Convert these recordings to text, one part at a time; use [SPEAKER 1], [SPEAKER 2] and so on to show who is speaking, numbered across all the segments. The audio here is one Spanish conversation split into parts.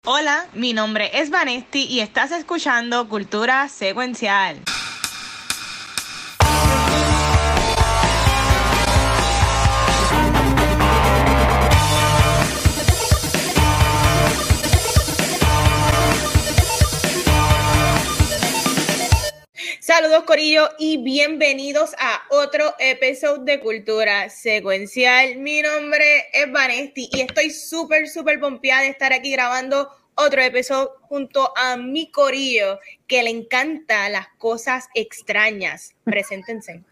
[SPEAKER 1] Hola, mi nombre es Vanesti y estás escuchando Cultura Secuencial. Saludos Corillo y bienvenidos a otro episodio de Cultura Secuencial. Mi nombre es Vanesti y estoy súper pompeada de estar aquí grabando otro episodio junto a mi Corillo que le encanta las cosas extrañas. Preséntense.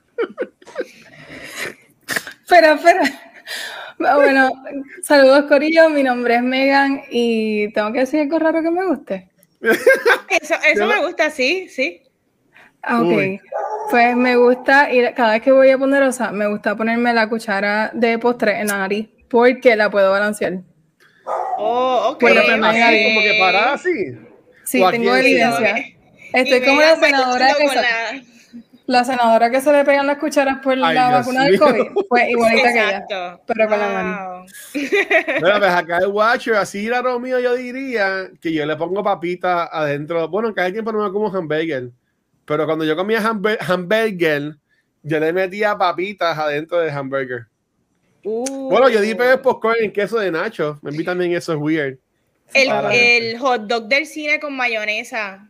[SPEAKER 2] Espera. Bueno, saludos Corillo, mi nombre es Megan y tengo que decir algo raro que me guste.
[SPEAKER 1] Eso me gusta, sí.
[SPEAKER 2] Ok, pues me gusta ir, cada vez que voy a Ponderosa, me gusta ponerme la cuchara de postre en la nariz porque la puedo balancear.
[SPEAKER 1] Oh, ok.
[SPEAKER 3] Pero así, como que parada así.
[SPEAKER 2] Sí, tengo evidencia. Estoy como la senadora la senadora que se le pegan las cucharas por la vacuna del COVID, pues igualita que ella, pero con la nariz.
[SPEAKER 3] Bueno, pues acá el Watcher, así raro mío, yo diría que yo le pongo papita adentro. Bueno, cada tiempo no me como hamburger, pero cuando yo comía hamburger, yo le metía papitas adentro del hamburger. Bueno, yo di popcorn en queso de nacho. Me vi también, eso es weird.
[SPEAKER 1] El hot dog del cine con mayonesa.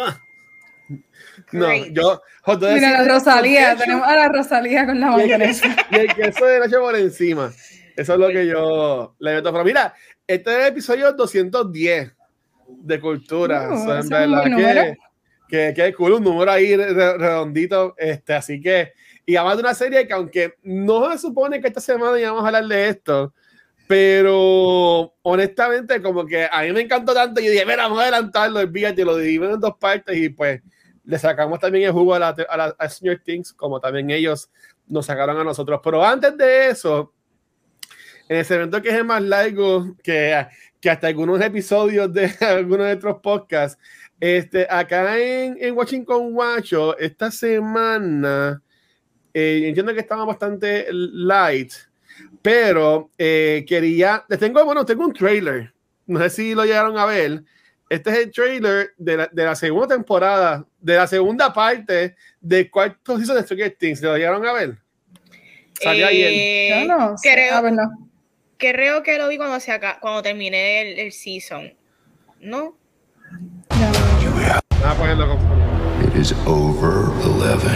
[SPEAKER 3] No, yo hot dog.
[SPEAKER 2] Mira la Rosalía, tenemos a la Rosalía con la mayonesa.
[SPEAKER 3] Y el queso de nacho por encima. Eso es lo que yo le meto. Pero mira, este es el episodio 210 de Cultura. En verdad que cool, un número ahí redondito. Así que, y además de una serie que aunque no se supone que esta semana íbamos a hablar de esto, pero honestamente como que a mí me encantó tanto, yo dije, mira, vamos a adelantarlo, olvídate, lo dividimos en dos partes y pues le sacamos también el jugo a Stranger Things, como también ellos nos sacaron a nosotros. Pero antes de eso, en el segmento que es el más largo que hasta algunos episodios de algunos de otros podcasts, acá en Watching con Guacho, esta semana entiendo que estaba bastante light, pero tengo un trailer, no sé si lo llegaron a ver. Este es el trailer de la segunda temporada, de la segunda parte de cuarto season de Stranger Things. ¿Lo llegaron a ver? Salió ayer.
[SPEAKER 2] No,
[SPEAKER 1] creo que lo vi cuando terminé el season. ¿No?
[SPEAKER 3] Vamos a ponerlo con...
[SPEAKER 4] It is over, 11.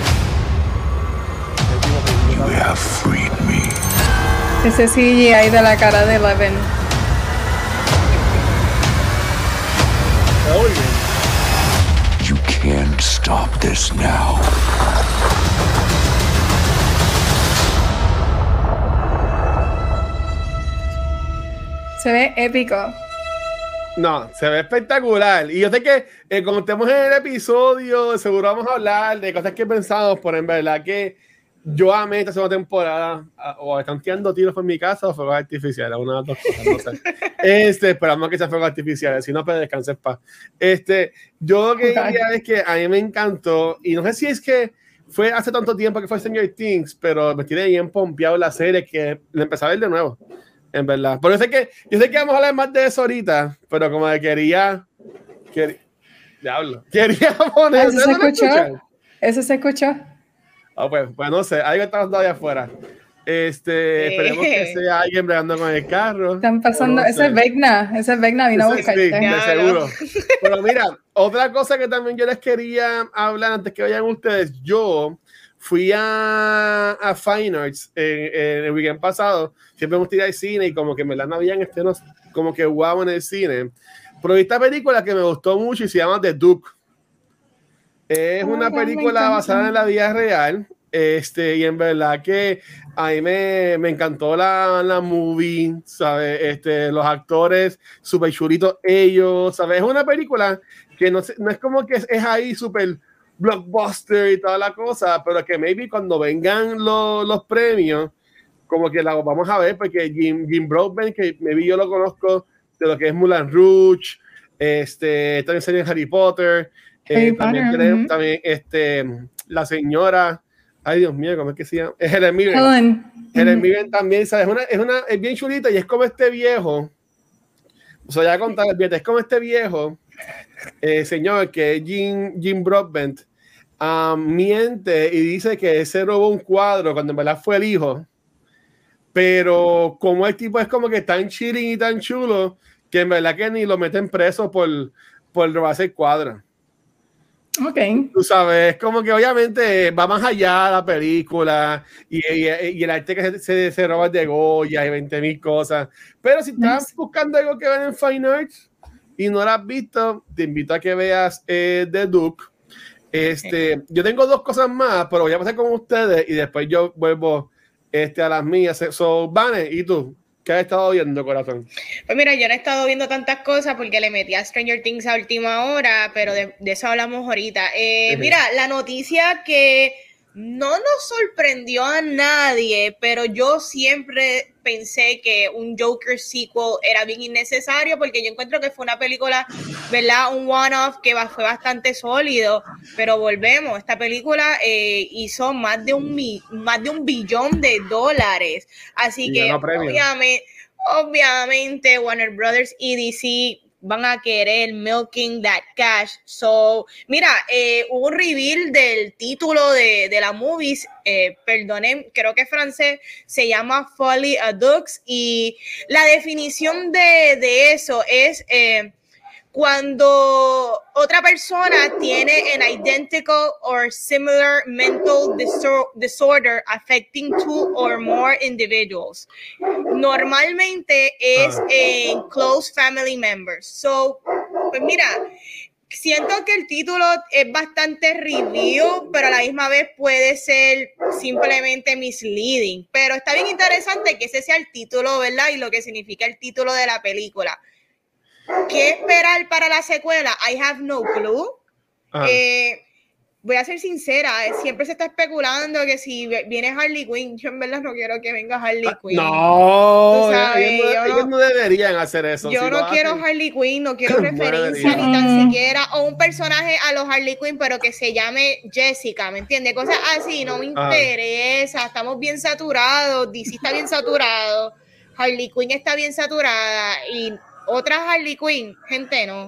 [SPEAKER 4] You have freed me.
[SPEAKER 2] Ese CGI de la cara de Eleven.
[SPEAKER 4] You can't stop this now.
[SPEAKER 2] Se ve épico.
[SPEAKER 3] No, se ve espectacular. Y yo sé que cuando estemos en el episodio, seguro vamos a hablar de cosas que pensamos, pero en verdad que yo amé esta segunda temporada. O están tirando tiros por mi casa o fuegos artificiales, una de las dos cosas, no sé. Esperamos que sean fuegos artificiales, si no, pues descanse en paz. Yo lo que diría es que a mí me encantó, y no sé si es que fue hace tanto tiempo que fue Stranger Things, pero me tiene bien pompeado la serie que le empecé a ver de nuevo. En verdad. Pero yo sé que vamos a hablar más de eso ahorita, pero como quería poner...
[SPEAKER 2] ¿Eso se escuchó? ¿Eso se escuchó?
[SPEAKER 3] Pues no sé, algo está pasando allá afuera. Esperemos que sea alguien bregando con el carro.
[SPEAKER 2] Están pasando, no ese es Vecna vino a buscarte.
[SPEAKER 3] Sí, de seguro. Pero mira, otra cosa que también yo les quería hablar antes que vayan ustedes, yo fui a Fine Arts el weekend pasado. Siempre hemos tirado al cine y como que me la habían estrenos como que guau en el cine. Pero esta película que me gustó mucho y se llama The Duke. Es una película basada en la vida real. Y en verdad que a mí me encantó la movie, ¿sabes? Los actores súper chulitos ellos, ¿sabes? Es una película que no es como que es ahí súper blockbuster y toda la cosa, pero que maybe cuando vengan los premios, como que la vamos a ver, porque Jim Broadbent, que maybe yo lo conozco de lo que es Moulin Rouge, también salió en Harry Potter, también la señora, ay Dios mío, ¿cómo es que se llama? Es Helen Mirren. Helen Mirren también, ¿sabes? Es bien chulita y es como este viejo, O sea, ya contar, es como este viejo señor que es Jim Broadbent, miente y dice que se robó un cuadro cuando en verdad fue el hijo, pero como el tipo es como que tan chilling y tan chulo que en verdad que ni lo meten preso por robarse el cuadro.
[SPEAKER 2] Ok.
[SPEAKER 3] Tú sabes, como que obviamente va más allá la película y el arte que se roba de Goya y 20,000 cosas. Pero si estás buscando algo que ven en Fine Arts y no lo has visto, te invito a que veas The Duke. Yo tengo 2 cosas más, pero voy a pasar con ustedes y después yo vuelvo a las mías. So, Vane, ¿y tú? ¿Qué has estado viendo, corazón?
[SPEAKER 1] Pues mira, yo no he estado viendo tantas cosas porque le metí a Stranger Things a última hora, pero de eso hablamos ahorita. Mira, la noticia que no nos sorprendió a nadie, pero yo siempre pensé que un Joker sequel era bien innecesario porque yo encuentro que fue una película, ¿verdad? Un one-off que fue bastante sólido, pero volvemos, esta película hizo más de un billón de dólares, así que obviamente Warner Brothers y DC van a querer milking that cash. So, mira, hubo un reveal del título de la movies, perdonen, creo que es francés, se llama Folly à Deux, y la definición de eso es cuando otra persona tiene an identical or similar mental disorder affecting 2 or more individuals. Normalmente es en close family members. So, pues mira, siento que el título es bastante review, pero a la misma vez puede ser simplemente misleading. Pero está bien interesante que ese sea el título, ¿verdad? Y lo que significa el título de la película. ¿Qué esperar para la secuela? I have no clue. Voy a ser sincera, siempre se está especulando que si viene Harley Quinn, yo en verdad no quiero que venga Harley Quinn.
[SPEAKER 3] No, ellos no deberían hacer eso.
[SPEAKER 1] Yo no quiero Harley Quinn, no quiero referencia ni tan siquiera, o un personaje a los Harley Quinn, pero que se llame Jessica, ¿me entiendes? Cosas así, no me interesa, estamos bien saturados, DC está bien saturado, Harley Quinn está bien saturada, y otras Harley Quinn, gente no.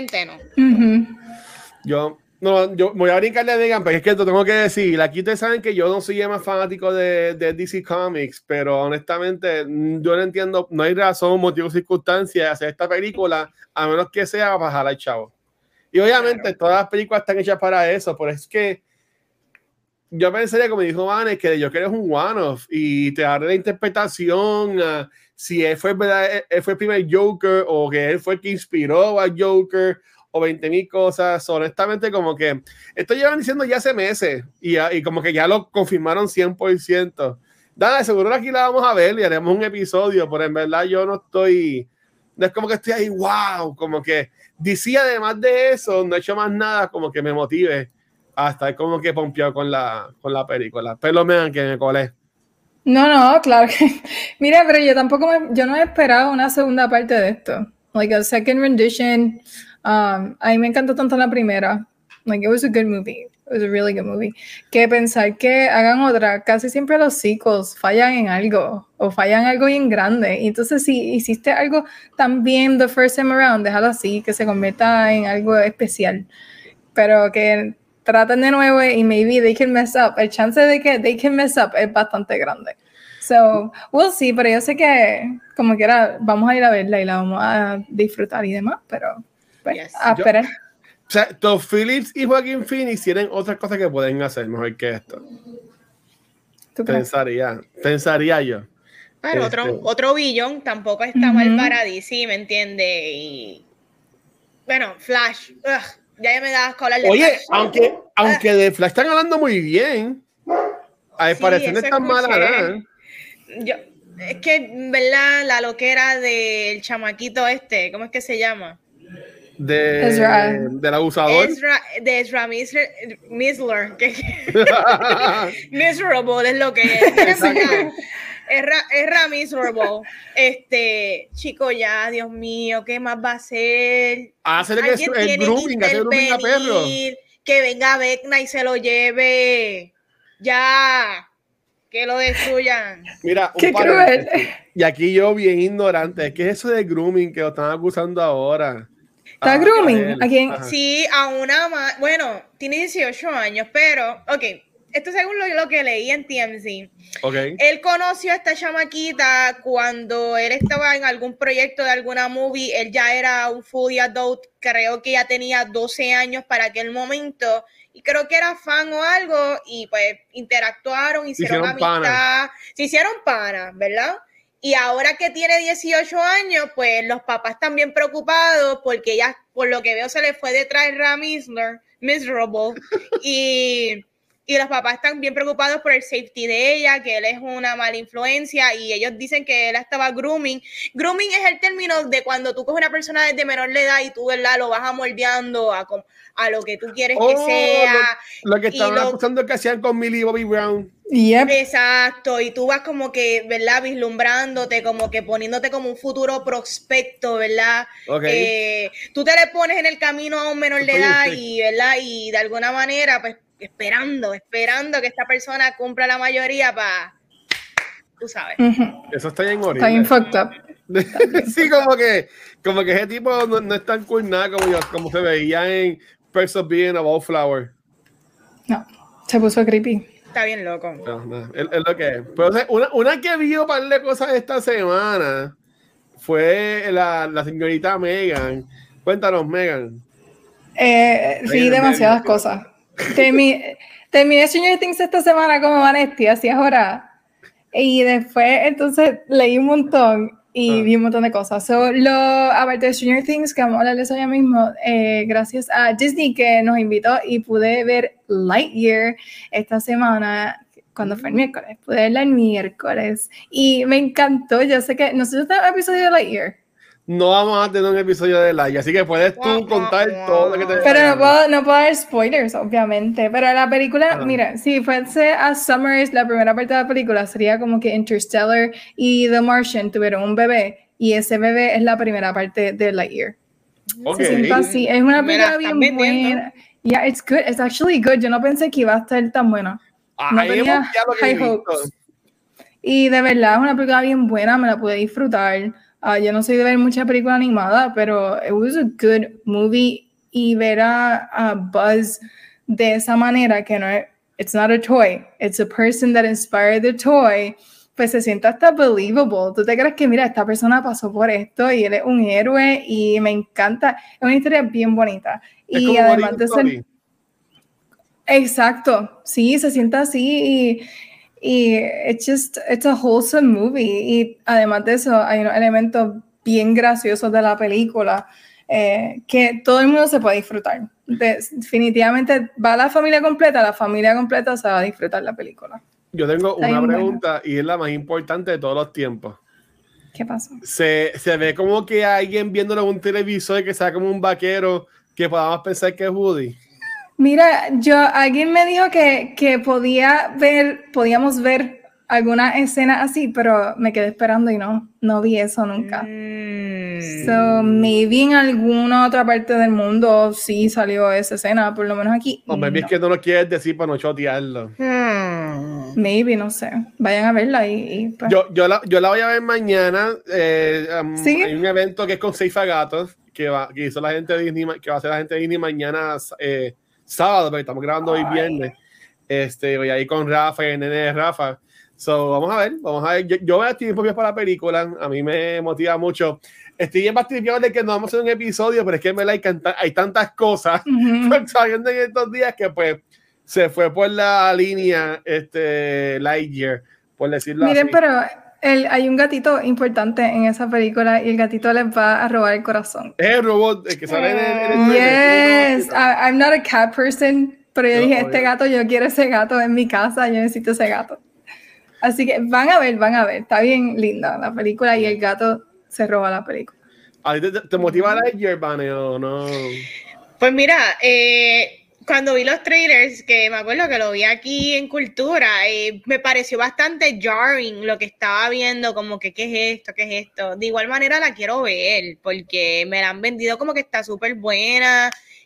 [SPEAKER 3] Yo voy a brincarle a Megan, pero es que te tengo que decir, aquí ustedes saben que yo no soy el más fanático de DC Comics, pero honestamente yo no entiendo, no hay razón, motivo, circunstancia de hacer esta película, a menos que sea para bajar al chavo. Y obviamente todas las películas están hechas para eso, pero es que yo pensaría, como dijo Vanes, que yo quiero un one-off y te daré la interpretación si él fue el primer Joker o que él fue el que inspiró a Joker o 20,000 cosas. Honestamente, como que esto llevan diciendo ya hace meses y como que ya lo confirmaron 100%. Nada, seguro aquí la vamos a ver y haremos un episodio, pero en verdad yo no es como que estoy ahí, wow, como que DC además de eso no he hecho más nada como que me motive a estar como que pompeado con la película. Pero me que me colé.
[SPEAKER 2] No, claro que... Mira, pero yo no he esperado una segunda parte de esto. Like a second rendition. A mí me encantó tanto la primera. Like, it was a good movie. It was a really good movie. Que pensar que hagan otra, casi siempre los sequels fallan en algo. O fallan algo bien grande. Y entonces, si hiciste algo tan bien the first time around, déjalo así, que se convierta en algo especial. Pero que traten de nuevo y maybe they can mess up. El chance de que they can mess up es bastante grande. So, we'll see, pero yo sé que como quiera vamos a ir a verla y la vamos a disfrutar y demás, pero pues, a esperar.
[SPEAKER 3] O sea, Todd Phillips y Joaquin Phoenix tienen otras cosas que pueden hacer mejor que esto. Pensaría yo.
[SPEAKER 1] Bueno, otro billón tampoco está mal para DC, ¿me entiendes? Y bueno, Flash, ya me das con hablar de
[SPEAKER 3] Oye,
[SPEAKER 1] Flash.
[SPEAKER 3] aunque de Flash están hablando muy bien, a mi parecer no es tan mala.
[SPEAKER 1] Es que, ¿verdad? La loquera del chamaquito ¿cómo es que se llama?
[SPEAKER 3] Del abusador.
[SPEAKER 1] Ezra Miller. Miserable es lo que es. Ezra Miserable. Chico, ya, Dios mío, ¿qué más va a hacer?
[SPEAKER 3] Hacer el grooming a perro.
[SPEAKER 1] Que venga Vecna y se lo lleve. Ya. que lo destruyan.
[SPEAKER 3] Mira,
[SPEAKER 2] ¡Qué cruel!
[SPEAKER 3] Y aquí yo bien ignorante. ¿Qué es eso de grooming que lo están acusando ahora?
[SPEAKER 2] ¿Está grooming? ¿A quién?
[SPEAKER 3] Ajá.
[SPEAKER 1] Sí, a una más. Bueno, tiene 18 años, pero, ok, esto según lo que leí en TMZ.
[SPEAKER 3] Ok.
[SPEAKER 1] Él conoció a esta chamaquita cuando él estaba en algún proyecto de alguna movie. Él ya era un fully adult, creo que ya tenía 12 años para aquel momento. Y creo que era fan o algo. Y pues interactuaron, hicieron amistad. Se hicieron panas, ¿verdad? Y ahora que tiene 18 años, pues los papás están bien preocupados porque ella, por lo que veo, se le fue detrás de Miserable. Y los papás están bien preocupados por el safety de ella, que él es una mala influencia y ellos dicen que él estaba grooming. Grooming es el término de cuando tú coges una persona desde menor de edad y tú, ¿verdad? Lo vas amoldeando a lo que tú quieres que sea.
[SPEAKER 3] Lo que estaban acusando que hacían con Millie Bobby Brown.
[SPEAKER 2] Yep.
[SPEAKER 1] Exacto, y tú vas como que, ¿verdad? Vislumbrándote, como que poniéndote como un futuro prospecto, ¿verdad?
[SPEAKER 3] Okay.
[SPEAKER 1] Tú te le pones en el camino a un menor de edad y, ¿verdad? Y de alguna manera, pues, esperando que esta persona cumpla la mayoría para, tú sabes.
[SPEAKER 3] Eso está bien horrible.
[SPEAKER 2] Está bien fucked up.
[SPEAKER 3] Sí, como que ese tipo no es tan cool nada como se veía en Perks of Being a Wallflower.
[SPEAKER 2] No, se puso creepy.
[SPEAKER 1] Está bien loco.
[SPEAKER 3] No, es lo que es. Pero o sea, una que vio un par de cosas esta semana fue la señorita Megan. Cuéntanos, Megan.
[SPEAKER 2] Sí, demasiadas cosas. Terminé Stranger Things esta semana como Vanesti, así es hora. Y después, entonces, leí un montón y vi un montón de cosas. Aparte de Stranger Things, que vamos a hablar de eso ya mismo, gracias a Disney que nos invitó y pude ver Lightyear esta semana, cuando fue el miércoles. Pude verla el miércoles y me encantó. Yo sé que nosotros tenemos un episodio de Lightyear.
[SPEAKER 3] No vamos a tener un episodio de Lightyear, así que puedes tú contar todo lo que te
[SPEAKER 2] Pero no puedo dar spoilers, obviamente. Pero la película, mira, si fuese a Summers, la primera parte de la película sería como que Interstellar y The Martian tuvieron un bebé y ese bebé es la primera parte de Lightyear.
[SPEAKER 3] Okay.
[SPEAKER 2] Se siente así. Es una película bien buena. Yeah, it's good. It's actually good. Yo no pensé que iba a estar tan buena. No tenía high hopes. Y de verdad es una película bien buena, me la pude disfrutar. Yo no soy de ver mucha película animada, pero it was a good movie. Y ver a Buzz de esa manera, que no es, it's not a toy, it's a person that inspired the toy, pues se siente hasta believable. Tú te crees que, mira, esta persona pasó por esto y él es un héroe y me encanta. Es una historia bien bonita.
[SPEAKER 3] Es
[SPEAKER 2] y además de ser... Exacto, sí, se siente así y it's a wholesome movie. Y además de eso, hay unos elementos bien graciosos de la película que todo el mundo se puede disfrutar. Definitivamente va la familia completa se va a disfrutar la película.
[SPEAKER 3] Yo tengo una pregunta y es la más importante de todos los tiempos.
[SPEAKER 2] ¿Qué pasó?
[SPEAKER 3] Se ve como que alguien viéndolo en un televisor que sea como un vaquero que podamos pensar que es Woody.
[SPEAKER 2] Mira, alguien me dijo que podíamos ver alguna escena así, pero me quedé esperando y no vi eso nunca. So, maybe en alguna otra parte del mundo sí salió esa escena, por lo menos aquí.
[SPEAKER 3] O maybe es que no lo quieres decir para no chotearlo.
[SPEAKER 2] Maybe, no sé. Vayan a verla y pues.
[SPEAKER 3] Yo la voy a ver mañana.
[SPEAKER 2] ¿Sí?
[SPEAKER 3] Hay un evento que es con Seifa Gatos, que hizo la gente de Disney, que va a hacer la gente de Disney mañana sábado, porque estamos grabando hoy viernes. Voy a ir con Rafa y el nene de Rafa. So, vamos a ver. Yo voy a estar bien para la película. A mí me motiva mucho. Estoy bien fastidiado de que no vamos a hacer un episodio, pero es que hay tantas cosas saliendo en estos días que pues se fue por la línea Lightyear, por decirlo
[SPEAKER 2] Miren,
[SPEAKER 3] así.
[SPEAKER 2] pero hay un gatito importante en esa película y el gatito les va a robar el corazón.
[SPEAKER 3] Es el robot que sale en el
[SPEAKER 2] Yes, I'm not a cat person, pero yo dije, este gato, yo quiero ese gato en mi casa, yo necesito ese gato. Así que van a ver, está bien linda la película y el gato se roba la película.
[SPEAKER 3] ¿A ti te motiva Lightyear, Vane, o no?
[SPEAKER 1] Pues mira, cuando vi los trailers, que me acuerdo que lo vi aquí en Cultura, me pareció bastante jarring lo que estaba viendo, como que ¿qué es esto? De igual manera la quiero ver, porque me la han vendido como que está súper buena,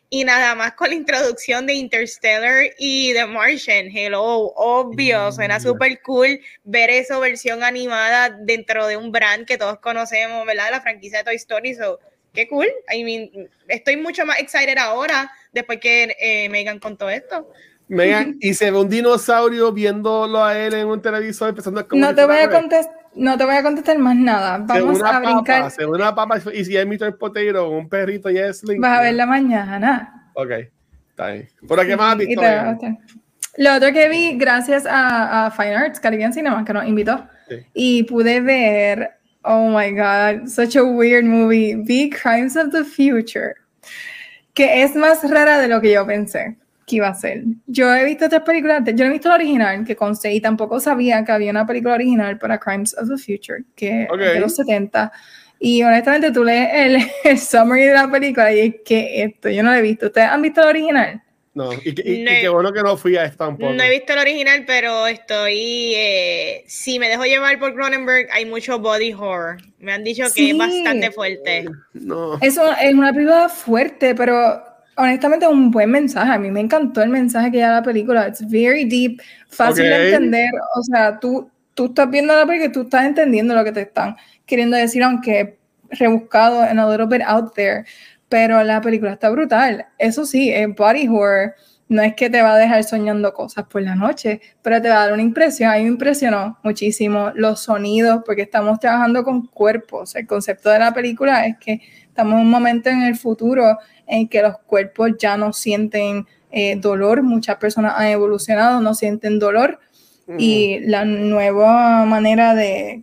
[SPEAKER 1] Y nada más con la introducción de Interstellar y The Martian, hello, obvio, suena súper cool ver esa versión animada dentro de un brand que todos conocemos, ¿verdad? La franquicia de Toy Story, so, qué cool. I mean, estoy mucho más excited ahora después que Megan contó esto.
[SPEAKER 3] Megan, y se ve un dinosaurio viéndolo a él en un televisor empezando a
[SPEAKER 2] No te voy a contestar más nada. Vamos a brincar.
[SPEAKER 3] Se ve una papa y si hay Mr. Potato, un perrito y es Link.
[SPEAKER 2] Vas a verla mañana.
[SPEAKER 3] Ok, está bien. ¿Por qué más has visto?
[SPEAKER 2] Lo otro que vi, gracias a Fine Arts Caribbean Cinema, que nos invitó, y pude ver, oh my God, such a weird movie, vi Crimes of the Future, que es más rara de lo que yo pensé que iba a ser. Yo he visto otras películas, yo no he visto la original, que conste, y tampoco sabía que había una película original para Crimes of the Future, que es de los 70. Y honestamente tú lees el summary de la película y es que esto, yo no lo he visto. ¿Ustedes han visto la original?
[SPEAKER 3] No, y qué bueno que no fui a esto tampoco.
[SPEAKER 1] No he visto el original, pero estoy... si me dejo llevar por Cronenberg, hay mucho body horror. Me han dicho que es bastante fuerte.
[SPEAKER 3] No.
[SPEAKER 2] Es una película fuerte, pero honestamente es un buen mensaje. A mí me encantó el mensaje que da la película. It's very deep, fácil de entender. O sea, tú estás viendo la película y tú estás entendiendo lo que te están queriendo decir, aunque rebuscado and a little bit out there. Pero la película está brutal. Eso sí, el body horror no es que te va a dejar soñando cosas por la noche, pero te va a dar una impresión. A mí me impresionó muchísimo los sonidos, porque estamos trabajando con cuerpos. El concepto de la película es que estamos en un momento en el futuro en que los cuerpos ya no sienten dolor. Muchas personas han evolucionado, no sienten dolor. Y la nueva manera de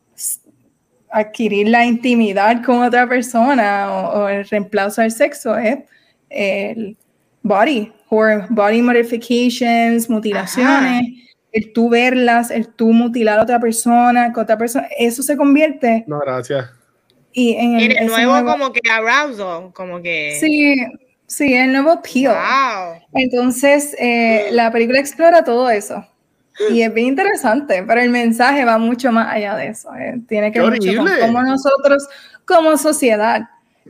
[SPEAKER 2] adquirir la intimidad con otra persona o el reemplazo del sexo es el body modifications, mutilaciones, el tú verlas, el tú mutilar a otra persona, que otra persona, eso se convierte.
[SPEAKER 3] No, gracias.
[SPEAKER 1] Y en el nuevo como que arousal, como que...
[SPEAKER 2] Sí, el nuevo appeal.
[SPEAKER 1] Wow.
[SPEAKER 2] Entonces, la película explora todo eso. Y es bien interesante, pero el mensaje va mucho más allá de eso. Tiene que ver mucho con cómo nosotros, como sociedad,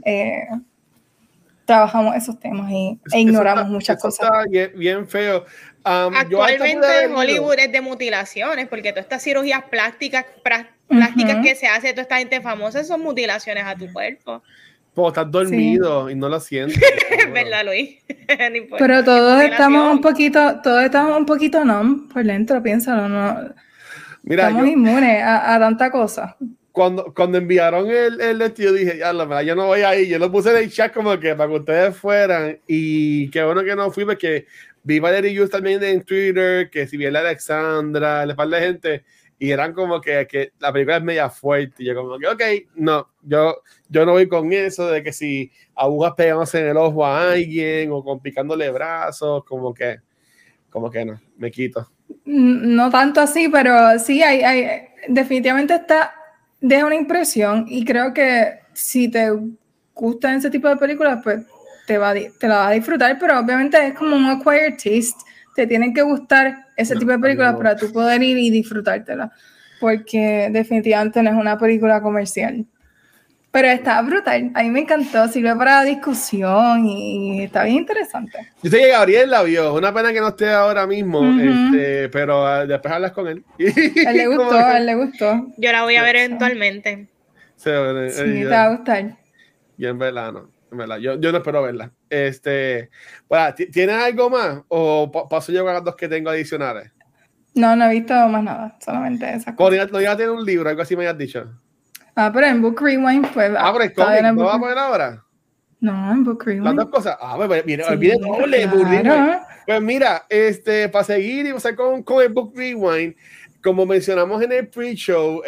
[SPEAKER 2] trabajamos esos temas e ignoramos muchas cosas.
[SPEAKER 3] Está bien feo.
[SPEAKER 1] Actualmente Hollywood es de mutilaciones, porque todas estas cirugías plásticas que se hace, toda esta gente famosa, son mutilaciones a tu cuerpo.
[SPEAKER 3] Pues estás dormido y no lo sientes.
[SPEAKER 1] Es verdad, Luis. No
[SPEAKER 2] pero todos estamos un poquito numb por dentro, piénsalo, ¿no? Mira, estamos inmunes a tanta cosa.
[SPEAKER 3] Cuando enviaron el yo dije, ya, la verdad, yo no voy a ir. Yo lo puse en el chat como que para que ustedes fueran. Y qué bueno que no fui, porque vi varios reviews también en Twitter, que si bien la Alexandra, le falta gente, y eran como que la película es media fuerte. Y yo como que, ok, no, yo no voy con eso de que si agujas pegándose en el ojo a alguien o con picándole brazos, como que no, me quito.
[SPEAKER 2] No tanto así, pero sí, hay definitivamente deja una impresión, y creo que si te gustan ese tipo de películas, pues te la vas a disfrutar, pero obviamente es como un acquired taste. Te tienen que gustar ese tipo de películas para tú poder ir y disfrutártela, porque definitivamente no es una película comercial. Pero está brutal, a mí me encantó, sirve para discusión y está bien interesante.
[SPEAKER 3] Yo sé que Gabriel la vio, una pena que no esté ahora mismo, pero después hablas con él.
[SPEAKER 2] A él le gustó.
[SPEAKER 1] Yo la voy a ver eventualmente.
[SPEAKER 2] Sí, te va a gustar.
[SPEAKER 3] Yo en verdad no. Yo no espero verla. Bueno, ¿tienes algo más? ¿O paso yo con las dos que tengo adicionales?
[SPEAKER 2] No he visto más nada, solamente esas cosas.
[SPEAKER 3] No iba a tener un libro, algo así me has dicho.
[SPEAKER 2] Pero en Book Rewind, pues.
[SPEAKER 3] Pero el cómic, ¿no va a poner ahora?
[SPEAKER 2] No, en Book Rewind.
[SPEAKER 3] Las dos cosas. Pues mira, olvide doble. Pues mira, para seguir y pasar con el Book Rewind, como mencionamos en el pre-show,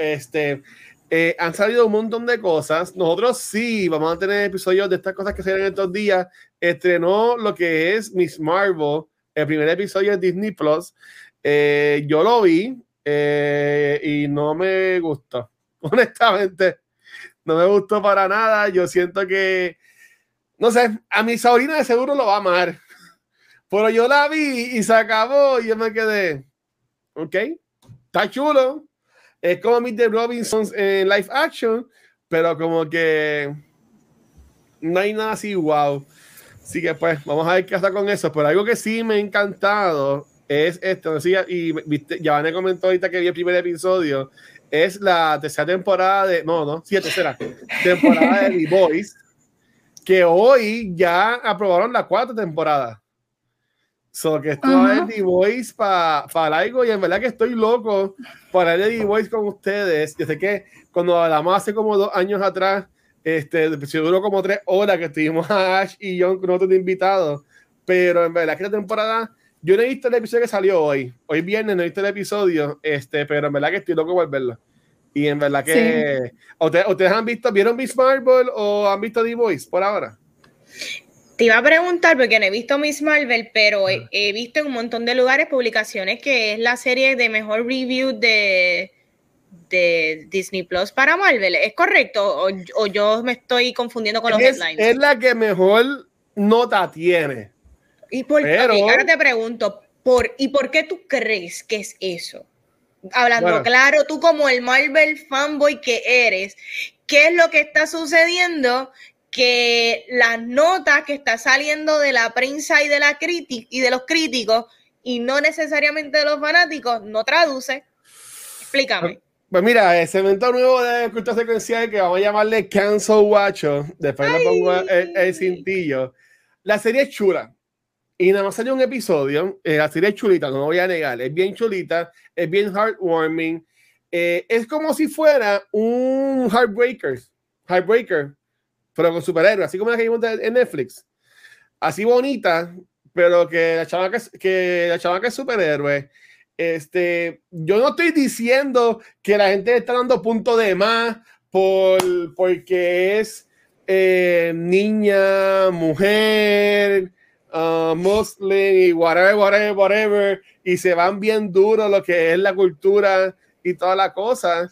[SPEAKER 3] han salido un montón de cosas. Nosotros sí vamos a tener episodios de estas cosas que salen estos días. Estrenó lo que es Miss Marvel, el primer episodio de Disney Plus. Yo lo vi y no me gustó. Honestamente, no me gustó para nada. Yo siento que, no sé, a mi sobrina de seguro lo va a amar. Pero yo la vi y se acabó y yo me quedé, ok, está chulo. Es como Meet the Robinsons en live action, pero como que no hay nada así, wow. Así que pues, vamos a ver qué pasa con eso. Pero algo que sí me ha encantado es esto. Y viste, ya me comentó ahorita que vi el primer episodio. Es la tercera temporada de. Sí, la tercera temporada de The Boys. Que hoy ya aprobaron la 4ª temporada. So que esto va a ver The Voice para algo, y en verdad que estoy loco para ver The Voice con ustedes. Yo sé que cuando hablamos hace como 2 años atrás, duró como 3 horas que estuvimos a Ash y John con otros invitados, pero en verdad que esta temporada, yo no he visto el episodio que salió hoy viernes, no he visto el episodio, pero en verdad que estoy loco por verlo. Y en verdad que ¿ustedes vieron Miss Marvel o han visto The Voice por ahora?
[SPEAKER 1] Te iba a preguntar porque no he visto Miss Marvel, pero he visto en un montón de lugares publicaciones que es la serie de mejor review de Disney Plus para Marvel. ¿Es correcto? ¿O yo me estoy confundiendo con los headlines?
[SPEAKER 3] Es la que mejor nota tiene.
[SPEAKER 1] Ahora te pregunto, ¿y por qué tú crees que es eso? Hablando claro, tú como el Marvel fanboy que eres, ¿qué es lo que está sucediendo? Que las notas que está saliendo de la prensa y de los críticos y no necesariamente de los fanáticos no traduce. Explícame.
[SPEAKER 3] Pues mira, el segmento nuevo de Cultura Secuencial que vamos a llamarle Cancel Watcho, después le pongo el cintillo. La serie es chula y nada más salió un episodio. La serie es chulita, no lo voy a negar, es bien chulita, es bien heartwarming, es como si fuera un Heartbreaker, pero con superhéroes, así como la que vimos en Netflix, así bonita, pero que la chamaca es superhéroe. Yo no estoy diciendo que la gente está dando punto de más porque es niña, mujer, muslim y whatever, y se van bien duro lo que es la cultura y todas las cosas.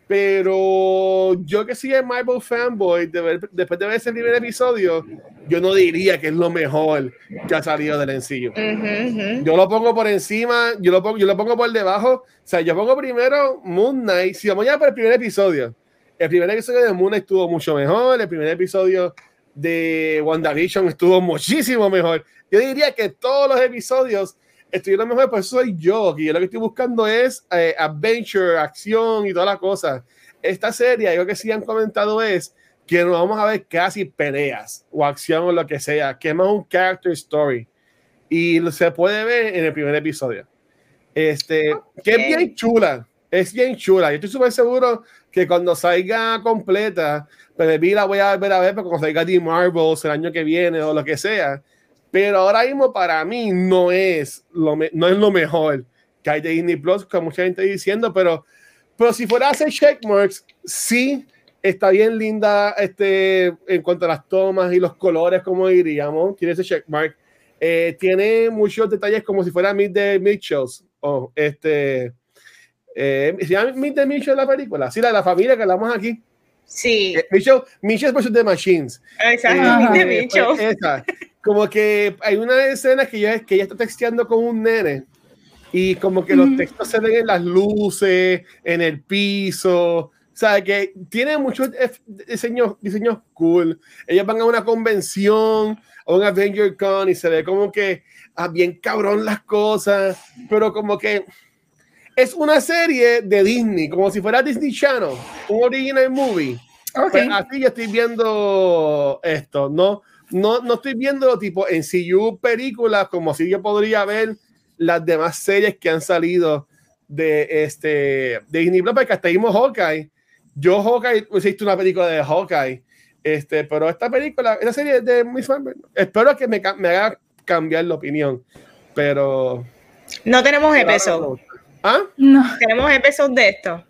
[SPEAKER 3] Pero yo que soy el Marvel fanboy, después de ver ese primer episodio, yo no diría que es lo mejor que ha salido del MCU. Yo lo pongo por encima, yo lo pongo por debajo. O sea, yo pongo primero Moon Knight. Si vamos ya por el primer episodio de Moon Knight estuvo mucho mejor. El primer episodio de WandaVision estuvo muchísimo mejor. Yo diría que todos los episodios estuvieron mejor, por eso soy yo, que yo lo que estoy buscando es adventure, acción y todas las cosas. Esta serie, algo que sí han comentado es que no vamos a ver casi peleas o acción o lo que sea, que es más un character story, y se puede ver en el primer episodio. Que es bien chula, yo estoy súper seguro que cuando salga completa, pero la voy a volver a ver, pero cuando salga The Marvels el año que viene o lo que sea. Pero ahora mismo para mí no es lo mejor que hay de Disney Plus, como mucha gente diciendo, pero si fuera a hacer checkmarks, sí está bien linda en cuanto a las tomas y los colores, como diríamos, tiene ese checkmark. Tiene muchos detalles como si fuera Meet the Mitchells. ¿Se llama Meet the Mitchells la película? Sí, la familia que hablamos aquí.
[SPEAKER 1] Sí.
[SPEAKER 3] Mitchells vs. The Machines.
[SPEAKER 1] Exacto, Meet the Mitchells.
[SPEAKER 3] Esa. Como que hay una escena que ella está texteando con un nene y como que los textos se ven en las luces, en el piso, o sea, que tiene muchos diseños cool. Ellos van a una convención, a un Avenger Con, y se ve como que bien cabrón las cosas, pero como que es una serie de Disney, como si fuera Disney Channel, un original movie.
[SPEAKER 2] Okay.
[SPEAKER 3] Pues así yo estoy viendo esto, no estoy viendo tipo en MCU películas como si yo podría ver las demás series que han salido de Disney Plus, porque hasta vimos Hawkeye. Yo Hawkeye, hiciste una película de Hawkeye, pero esta serie de Miss Marvel, espero que me haga cambiar la opinión, pero
[SPEAKER 1] no tenemos episodios.
[SPEAKER 3] ¿Ah?
[SPEAKER 2] No.
[SPEAKER 1] ¿Tenemos episodios de esto?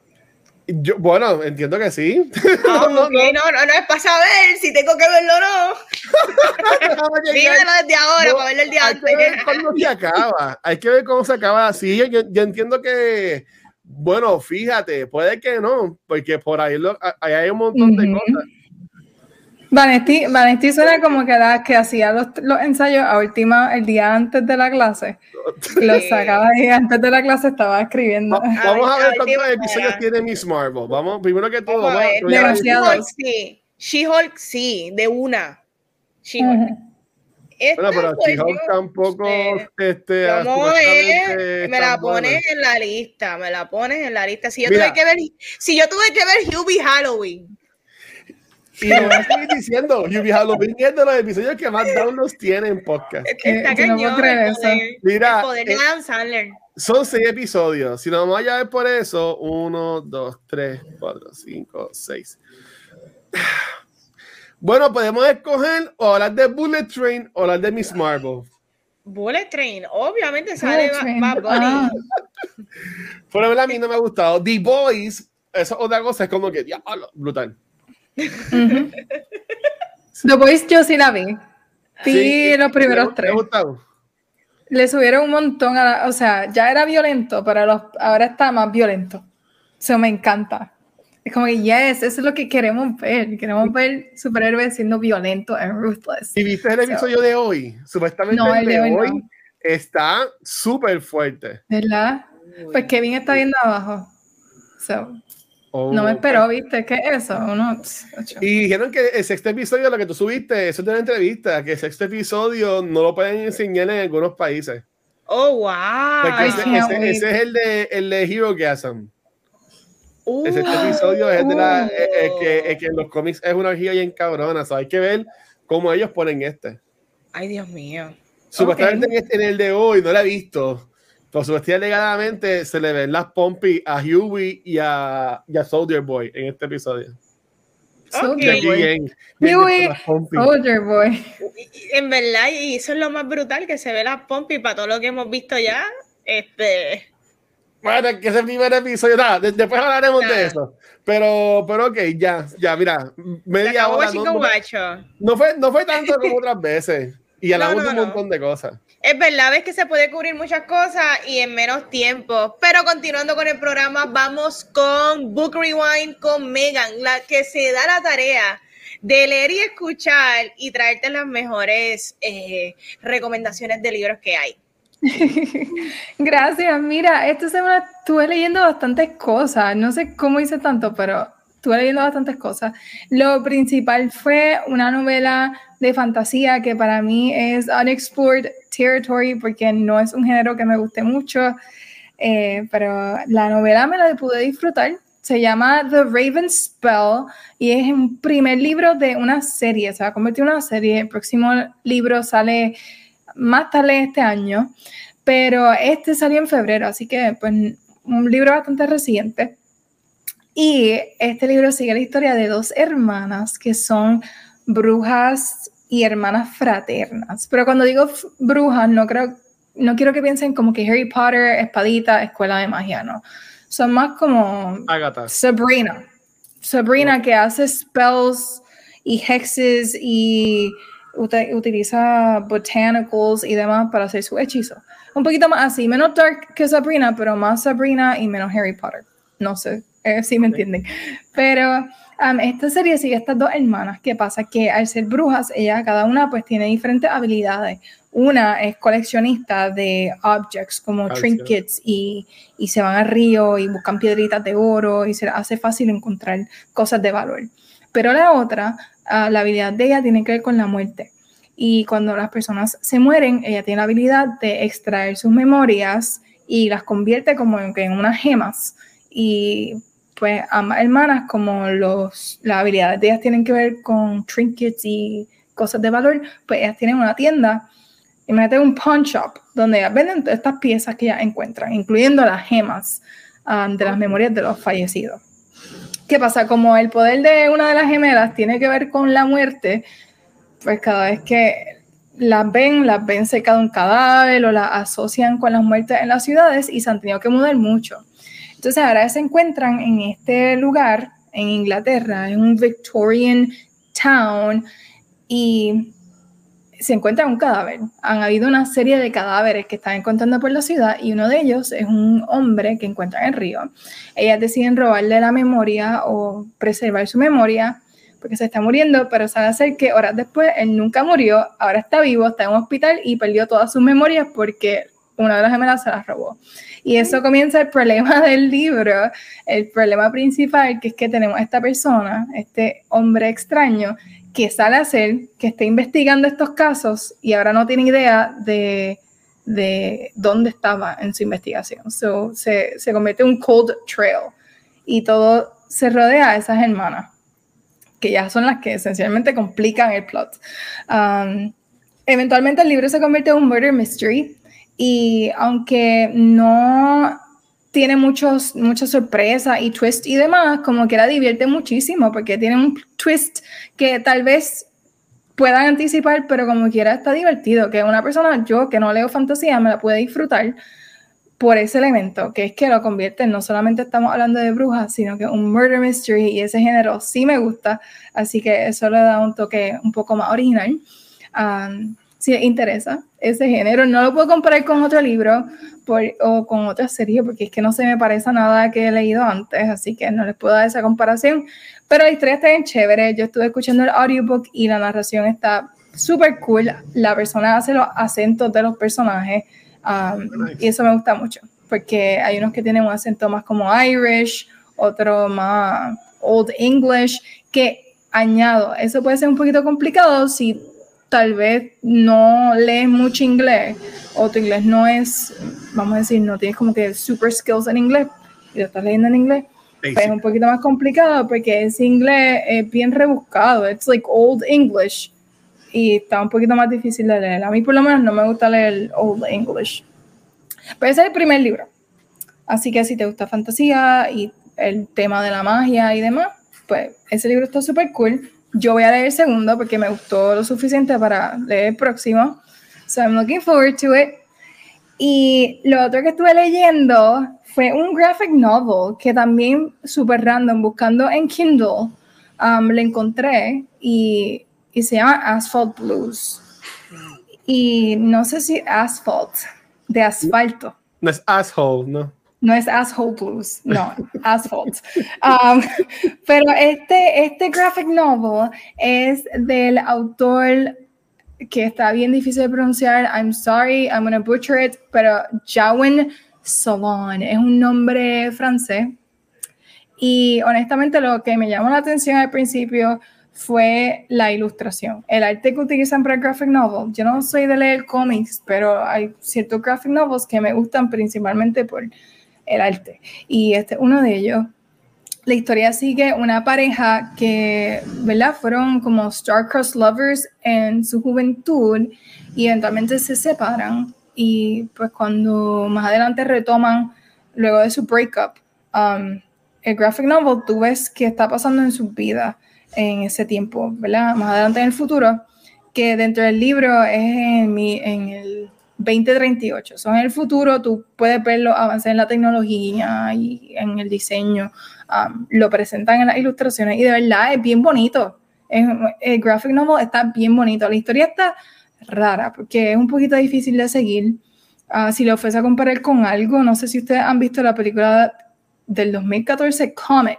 [SPEAKER 3] Bueno, entiendo que sí.
[SPEAKER 1] No es para saber si tengo que verlo o no. Dímelo desde ahora para verlo el día antes.
[SPEAKER 3] Hay que ver cuándo se acaba. Hay que ver cómo se acaba. Sí, yo entiendo que, bueno, fíjate, puede que no, porque por ahí hay un montón de cosas.
[SPEAKER 2] Vanesti suena como que hacía los ensayos el día antes de la clase. Los sacaba ahí antes de la clase, estaba escribiendo.
[SPEAKER 3] Vamos a ver cuántos episodios tiene Miss Marvel. Vamos, primero que todo.
[SPEAKER 1] She-Hulk sí, de una. She-Hulk.
[SPEAKER 3] Bueno, pero
[SPEAKER 1] pues,
[SPEAKER 3] She-Hulk tampoco,
[SPEAKER 1] ¿cómo es? Me la
[SPEAKER 3] tan buena.
[SPEAKER 1] pones en la lista, me la pones en la lista. Si yo
[SPEAKER 3] Mira.
[SPEAKER 1] tuve que ver Hubie Halloween.
[SPEAKER 3] Y lo voy a seguir diciendo, Hubie Halloween es de los episodios que más downloads tiene en podcast.
[SPEAKER 1] Está
[SPEAKER 2] yo no puedo
[SPEAKER 1] cañón
[SPEAKER 2] creer
[SPEAKER 1] el
[SPEAKER 2] eso.
[SPEAKER 1] poder,
[SPEAKER 3] Mira,
[SPEAKER 1] el poder de Adam Sandler.
[SPEAKER 3] Son 6 episodios. Si nos vamos a llevar por eso, 1, 2, 3, 4, 5, 6. Bueno, podemos escoger o hablar de Bullet Train o hablar de Miss Marvel.
[SPEAKER 1] Bullet Train, obviamente sale Bad Bunny.
[SPEAKER 2] Ah.
[SPEAKER 3] Por lo menos a mí no me ha gustado. The Boys, eso es otra cosa, es como que, diablo, brutal.
[SPEAKER 2] The Boys yo sí la vi. Vi los primeros 3.
[SPEAKER 3] ¿Te ha gustado?
[SPEAKER 2] Le subieron un montón o sea, ya era violento, pero ahora está más violento. Eso me encanta. Es como que, yes, eso es lo que queremos ver. Queremos ver superhéroes siendo violentos and ruthless.
[SPEAKER 3] ¿Y viste el episodio de hoy? Supuestamente
[SPEAKER 2] no,
[SPEAKER 3] el de hoy
[SPEAKER 2] no.
[SPEAKER 3] está súper fuerte.
[SPEAKER 2] ¿Verdad? Pues Kevin está viendo abajo. So, no me esperó, ¿viste? ¿Qué es eso?
[SPEAKER 3] Y dijeron que el 6º episodio, lo que tú subiste, eso es de una entrevista, que el 6º episodio no lo pueden enseñar en algunos países.
[SPEAKER 1] Oh, wow.
[SPEAKER 3] Ese es el de Hero Gasm. El 6º episodio es el que en los cómics es una orgía bien cabrona. So hay que ver cómo ellos ponen este.
[SPEAKER 1] Ay, Dios mío.
[SPEAKER 3] Supuestamente en el de hoy, no lo he visto, pero supuestamente legalmente se le ven las pompis a Huey y a Soldier Boy en este episodio.
[SPEAKER 2] Soldier
[SPEAKER 3] Boy.
[SPEAKER 2] Huey, Soldier Boy.
[SPEAKER 1] En verdad, y eso es lo más brutal, que se ve las pompis para todo lo que hemos visto ya.
[SPEAKER 3] Bueno, que ese primer episodio, nada, después hablaremos de eso. Pero ok, ya, mira, media hora. No fue tanto como otras veces. Y hablamos de un montón de cosas.
[SPEAKER 1] Es verdad, ves que se puede cubrir muchas cosas y en menos tiempo. Pero continuando con el programa, vamos con Book Rewind con Megan, la que se da la tarea de leer y escuchar y traerte las mejores recomendaciones de libros que hay.
[SPEAKER 2] Gracias, mira, esta semana estuve leyendo bastantes cosas, no sé cómo hice tanto, pero estuve leyendo bastantes cosas. Lo principal fue una novela de fantasía que para mí es Unexplored Territory porque no es un género que me guste mucho, pero la novela me la pude disfrutar. Se llama The Raven Spell y es un primer libro de una serie, se va a convertir en una serie. El próximo libro sale más tarde este año, pero este salió en febrero, así que pues un libro bastante reciente. Y este libro sigue la historia de 2 hermanas que son brujas y hermanas fraternas. Pero cuando digo brujas, no quiero que piensen como que Harry Potter, espadita, escuela de magia, no. Son más como
[SPEAKER 3] Agatha.
[SPEAKER 2] Sabrina que hace spells y hexes y utiliza botanicals y demás para hacer su hechizo. Un poquito más así, menos dark que Sabrina, pero más Sabrina y menos Harry Potter. No sé si me entienden. Pero esta serie sigue estas 2 hermanas. ¿Qué pasa? Que al ser brujas, cada una pues tiene diferentes habilidades. Una es coleccionista de objects como trinkets y se van al río y buscan piedritas de oro y se les hace fácil encontrar cosas de valor. Pero la otra, la habilidad de ella tiene que ver con la muerte. Y cuando las personas se mueren, ella tiene la habilidad de extraer sus memorias y las convierte como en unas gemas. Y pues ambas hermanas, como las habilidades de ellas tienen que ver con trinkets y cosas de valor, pues ellas tienen una tienda, imagínate un pawn shop, donde ellas venden todas estas piezas que ellas encuentran, incluyendo las gemas de las memorias de los fallecidos. ¿Qué pasa? Como el poder de una de las gemelas tiene que ver con la muerte, pues cada vez que las ven cerca de un cadáver o las asocian con las muertes en las ciudades y se han tenido que mudar mucho. Entonces ahora se encuentran en este lugar, en Inglaterra, en un Victorian town, y se encuentra un cadáver. Han habido una serie de cadáveres que están encontrando por la ciudad y uno de ellos es un hombre que encuentran en el río. Ellas deciden robarle la memoria o preservar su memoria porque se está muriendo, pero sabe hacer que horas después él nunca murió, ahora está vivo, está en un hospital y perdió todas sus memorias porque una de las gemelas se las robó. Y eso comienza el problema del libro, el problema principal, que es que tenemos a esta persona, este hombre extraño, que sale a hacer, que está investigando estos casos y ahora no tiene idea de dónde estaba en su investigación. So, se convierte en un cold trail y todo se rodea a esas hermanas, que ya son las que esencialmente complican el plot. Eventualmente el libro se convierte en un murder mystery y aunque no tiene mucha sorpresa y twist y demás, como que la divierte muchísimo porque tiene un twist que tal vez puedan anticipar, pero como quiera está divertido, que una persona, yo que no leo fantasía, me la puede disfrutar por ese elemento, que es que lo convierte en, no solamente estamos hablando de brujas, sino que un murder mystery, y ese género sí me gusta, así que eso le da un toque un poco más original. Si les interesa ese género, no lo puedo comparar con otro libro o con otra serie, porque es que no se me parece a nada que he leído antes, así que no les puedo dar esa comparación, pero la historia está bien chévere. Yo estuve escuchando el audiobook y la narración está súper cool, la persona hace los acentos de los personajes, y eso me gusta mucho, porque hay unos que tienen un acento más como Irish, otro más Old English, que añado, eso puede ser un poquito complicado si tal vez no lees mucho inglés o tu inglés no es, vamos a decir, no tienes como que super skills en inglés y lo estás leyendo en inglés, pues es un poquito más complicado porque ese inglés es bien rebuscado, it's like Old English y está un poquito más difícil de leer. A mí por lo menos no me gusta leer Old English, pero ese es el primer libro, así que si te gusta fantasía y el tema de la magia y demás, pues ese libro está súper cool. Yo voy a leer el segundo porque me gustó lo suficiente para leer el próximo. So I'm looking forward to it. Y lo otro que estuve leyendo fue un graphic novel que también súper random, buscando en Kindle, lo encontré y se llama Asphalt Blues. Y no sé si asphalt, de asfalto.
[SPEAKER 3] No es asshole, ¿no?
[SPEAKER 2] No es Asshole Blues, no, Asphalt. Pero este graphic novel es del autor que está bien difícil de pronunciar. I'm sorry, I'm going to butcher it, pero Jawin Solon es un nombre francés. Y honestamente lo que me llamó la atención al principio fue la ilustración, el arte que utilizan para el graphic novel. Yo no soy de leer cómics, pero hay ciertos graphic novels que me gustan principalmente por el arte, y uno de ellos. La historia sigue una pareja que, ¿verdad?, fueron como star-crossed lovers en su juventud y eventualmente se separan, y pues cuando más adelante retoman luego de su breakup, el graphic novel tú ves qué está pasando en sus vidas en ese tiempo, ¿verdad?, más adelante en el futuro, que dentro del libro es en el 2038. So, en el futuro tú puedes verlo avanzar en la tecnología y en el diseño. Lo presentan en las ilustraciones y de verdad es bien bonito. El graphic novel está bien bonito. La historia está rara porque es un poquito difícil de seguir. Si lo fuese a comparar con algo, no sé si ustedes han visto la película del 2014, Comet.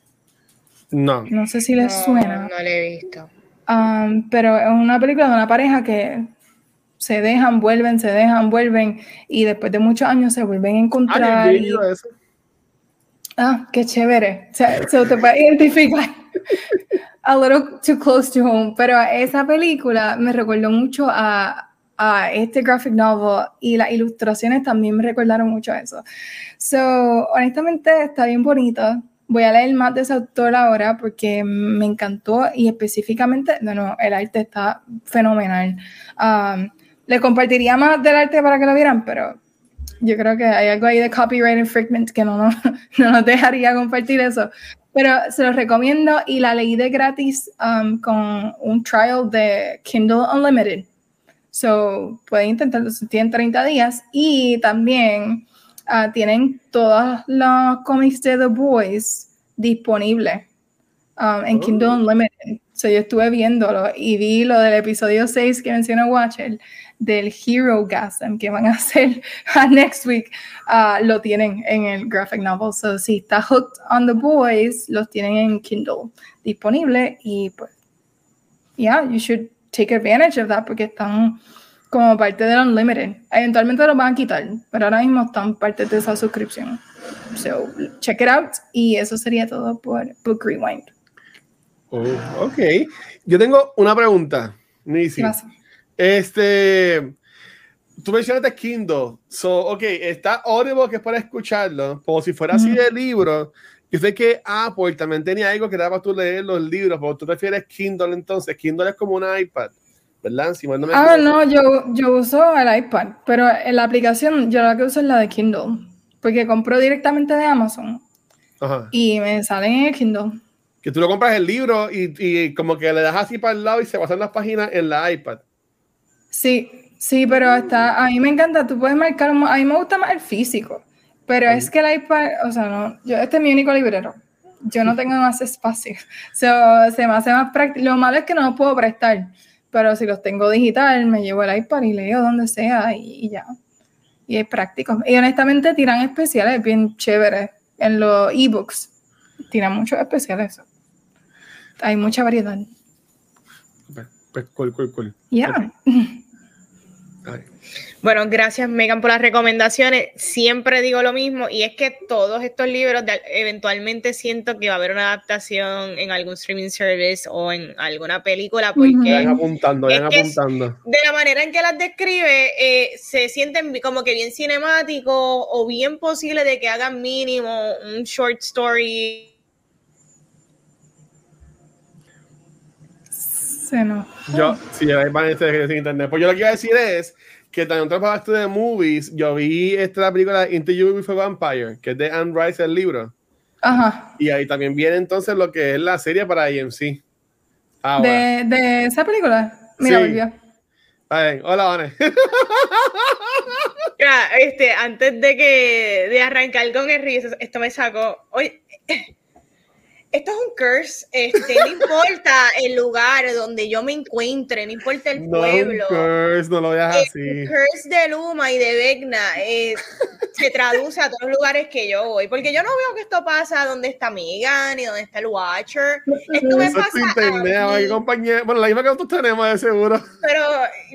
[SPEAKER 2] No sé si les suena.
[SPEAKER 1] No la he visto.
[SPEAKER 2] Pero es una película de una pareja que se dejan, vuelven y después de muchos años se vuelven a encontrar. Qué chévere. Se te puede identificar. A little too close to home. Pero esa película me recordó mucho a este graphic novel y las ilustraciones también me recordaron mucho a eso. So, honestamente está bien bonito. Voy a leer más de ese autor ahora porque me encantó y específicamente, el arte está fenomenal. Le compartiría más del arte para que lo vieran, pero yo creo que hay algo ahí de copyright infringement que no nos dejaría compartir eso. Pero se los recomiendo y la leí de gratis con un trial de Kindle Unlimited. So, pueden intentarlo, tienen 30 días y también tienen todos los cómics de The Boys disponibles en Kindle Unlimited. So, yo estuve viéndolo y vi lo del episodio 6 que mencionó Watcher, del Hero Gasm que van a hacer next week. Lo tienen en el graphic novel. So, si está hooked on The Boys, los tienen en Kindle disponible y pues, you should take advantage of that porque están como parte del Unlimited. Eventualmente lo van a quitar, pero ahora mismo están parte de esa suscripción. So, check it out. Y eso sería todo por Book Rewind.
[SPEAKER 3] Ok. Yo tengo una pregunta, Nisi. Tú mencionaste Kindle. Ok, está Audible, que es para escucharlo, como si fuera así de libro. Yo sé que Apple también tenía algo que era para tú leer los libros, pero tú prefieres Kindle entonces. Kindle es como un iPad, ¿verdad? Si mal no me equivoco.
[SPEAKER 2] No, yo uso el iPad, pero en la aplicación yo la que uso es la de Kindle, porque compro directamente de Amazon.
[SPEAKER 3] Ajá.
[SPEAKER 2] Y me salen en el Kindle.
[SPEAKER 3] Que tú lo compras el libro y como que le das así para el lado y se pasan las páginas en la iPad.
[SPEAKER 2] Sí, pero a mí me encanta, tú puedes marcar, a mí me gusta más el físico, pero es que el iPad, o sea, no, este es mi único librero, yo no tengo más espacio, se me hace más práctico, lo malo es que no los puedo prestar, pero si los tengo digital, me llevo el iPad y leo donde sea y ya, y es práctico, y honestamente tiran especiales bien chéveres, en los ebooks, tiran muchos especiales, hay mucha variedad.
[SPEAKER 3] Pues cool.
[SPEAKER 2] Yeah.
[SPEAKER 1] Bueno, gracias Megan por las recomendaciones. Siempre digo lo mismo y es que todos estos libros eventualmente siento que va a haber una adaptación en algún streaming service o en alguna película porque
[SPEAKER 3] vayan apuntando.
[SPEAKER 1] De la manera en que las describe se sienten como que bien cinemáticos o bien posible de que hagan mínimo un short story.
[SPEAKER 3] Sí, ahí van a estar sin internet. Pues yo lo que iba a decir es que también trabajaste de movies. Yo vi la película Interview with a Vampire, que es de Anne Rice, el libro.
[SPEAKER 2] Ajá.
[SPEAKER 3] Y ahí también viene entonces lo que es la serie para AMC.
[SPEAKER 2] ¿De esa película? Mira, volvió.
[SPEAKER 3] Hola, Vane.
[SPEAKER 1] Antes de arrancar con el río, esto me sacó. Oye, esto es un curse, no importa el lugar donde yo me encuentre, no importa el pueblo.
[SPEAKER 3] No, curse, no lo veas así.
[SPEAKER 1] El curse de Luma y de Vecna se traduce a todos los lugares que yo voy, porque yo no veo que esto pasa donde está Megan y donde está el Watcher. Esto me pasa
[SPEAKER 3] internet, a mí. Compañía, bueno, la misma que nosotros tenemos de seguro.
[SPEAKER 1] Pero,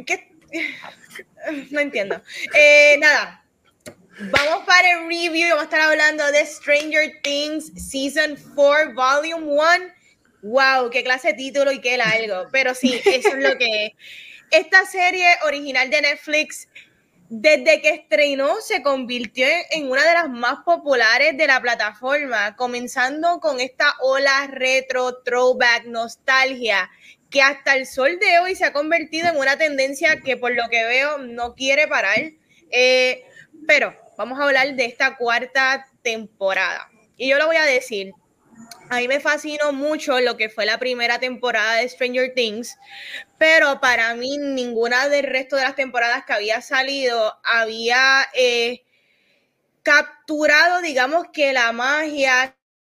[SPEAKER 1] no entiendo. Nada. Vamos para el review y vamos a estar hablando de Stranger Things Season 4 Volume 1. Wow, qué clase de título y qué largo. Pero sí, eso es lo que es. Esta serie original de Netflix, desde que estrenó, se convirtió en una de las más populares de la plataforma, comenzando con esta ola retro, throwback, nostalgia, que hasta el sol de hoy se ha convertido en una tendencia que por lo que veo no quiere parar. Pero vamos a hablar de esta cuarta temporada. Y yo lo voy a decir, a mí me fascinó mucho lo que fue la primera temporada de Stranger Things, pero para mí ninguna del resto de las temporadas que había salido había capturado, digamos que la magia.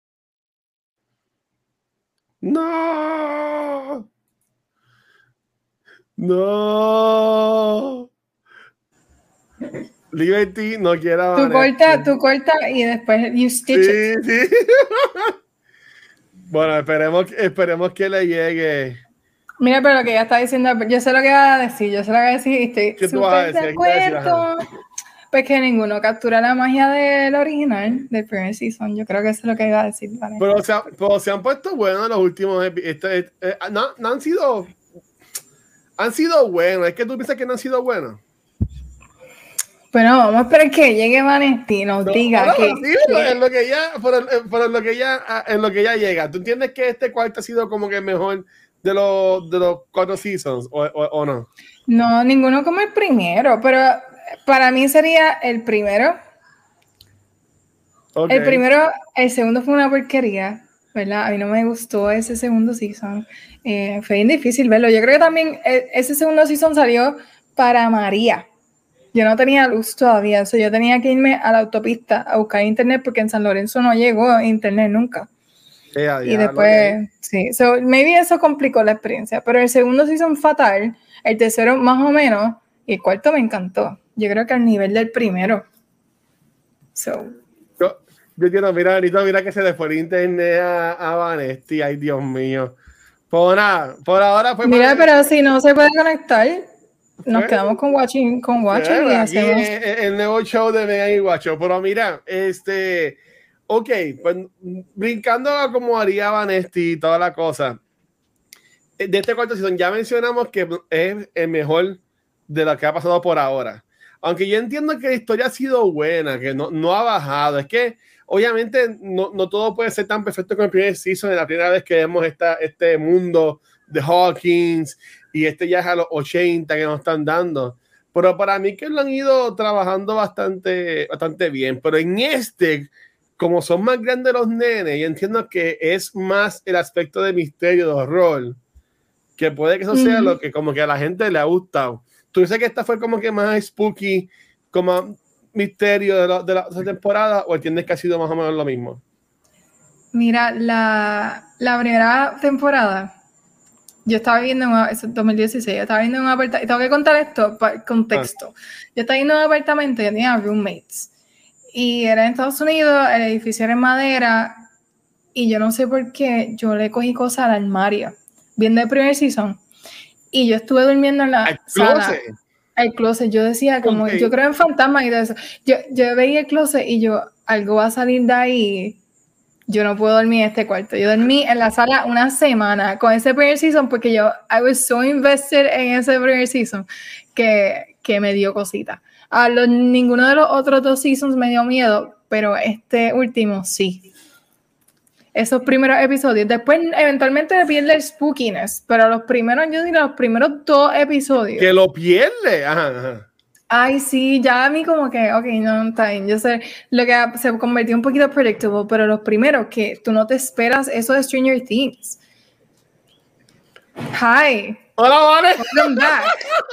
[SPEAKER 3] No. Liberty no quiere.
[SPEAKER 2] Tú corta y después you stitch it.
[SPEAKER 3] Sí. Bueno, esperemos que le llegue.
[SPEAKER 2] Mira, pero lo que ella está diciendo, yo sé lo que va a decir, y estoy súper de acuerdo. Pues que ninguno captura la magia del original, del primer season. Yo creo que eso es lo que iba a decir. ¿Vale?
[SPEAKER 3] Pero se han puesto buenos los últimos. No han sido. Han sido buenos. Es que tú piensas que no han sido buenos.
[SPEAKER 2] Bueno, vamos a esperar que llegue Vanesti y nos diga que.
[SPEAKER 3] Sí, en lo que ya llega. ¿Tú entiendes que este cuarto ha sido como que el mejor de los 4 seasons o no?
[SPEAKER 2] No, ninguno como el primero, pero para mí sería el primero. Okay. El segundo fue una porquería, ¿verdad? A mí no me gustó ese segundo season. Fue bien difícil verlo. Yo creo que también ese segundo season salió para María. Yo no tenía luz todavía, yo tenía que irme a la autopista a buscar internet porque en San Lorenzo no llegó internet nunca. Y después, sí, maybe eso complicó la experiencia, pero el segundo season fatal, el tercero más o menos, y el cuarto me encantó. Yo creo que al nivel del primero.
[SPEAKER 3] Yo quiero, mira que se le fue el internet a Vanesti, ay Dios mío. Por ahora fue.
[SPEAKER 2] Mira, pero si no se puede conectar. Nos quedamos con Watcher y hacemos
[SPEAKER 3] el nuevo show de Megan y Watcher. Pero mira, ok, pues brincando a como haría Vanesti y toda la cosa. de este cuarto season ya mencionamos que es el mejor de lo que ha pasado por ahora. Aunque yo entiendo que la historia ha sido buena, que no ha bajado. Es que obviamente no todo puede ser tan perfecto como el primer season. Es la primera vez que vemos este mundo de Hawkins y ya es a los 80 que nos están dando. Pero para mí que lo han ido trabajando bastante bien. Pero en como son más grandes los nenes, yo entiendo que es más el aspecto de misterio, de horror, que puede que eso sea lo que como que a la gente le ha gustado. ¿Tú dices que esta fue como que más spooky, como misterio de la temporada, o entiendes que ha sido más o menos lo mismo?
[SPEAKER 2] Mira, la primera temporada, yo estaba viviendo en 2016, yo estaba viviendo en un apartamento, y tengo que contar esto, contexto. Yo estaba viviendo en un apartamento, yo tenía roommates, y era en Estados Unidos, el edificio era en madera, y yo no sé por qué, yo le cogí cosas al armario, viendo el primer season, y yo estuve durmiendo en la sala. El closet, yo decía como, okay, yo creo en fantasmas y todo eso. Yo veía el closet y yo, algo va a salir de ahí, yo no puedo dormir en este cuarto. Yo dormí en la sala una semana con ese primer season porque I was so invested en ese primer season que me dio cosita. Ninguno de los otros 2 seasons me dio miedo, pero este último sí. Esos primeros episodios. Después, eventualmente, pierde el spookiness. Pero los primeros 2 episodios.
[SPEAKER 3] Que lo pierde. Ajá.
[SPEAKER 2] Ay, sí, ya a mí como que, ok, no, está bien. Yo sé, lo que se convirtió un poquito predictable, pero los primeros que tú no te esperas eso de Stranger Things. Hi.
[SPEAKER 3] Hola, Vane.
[SPEAKER 2] Welcome back.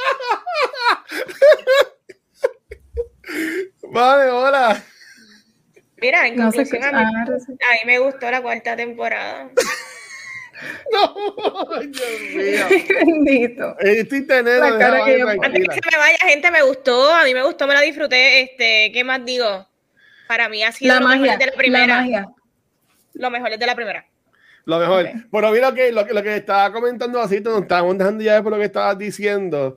[SPEAKER 3] Vale, hola.
[SPEAKER 1] Mira, en conclusión, a mí me gustó la 4ª temporada.
[SPEAKER 3] No, Dios mío.
[SPEAKER 2] Bendito.
[SPEAKER 3] Estoy teniendo
[SPEAKER 2] la cara que yo...
[SPEAKER 1] Antes que se me vaya, gente, me gustó, me la disfruté. ¿Qué más digo? Para mí ha sido
[SPEAKER 2] lo
[SPEAKER 1] mejor de la primera.
[SPEAKER 2] La magia.
[SPEAKER 1] Lo mejor es de la primera.
[SPEAKER 3] Lo mejor.
[SPEAKER 2] Okay.
[SPEAKER 3] Bueno, mira lo que estaba comentando así, nos estábamos dejando ya por lo que estabas diciendo.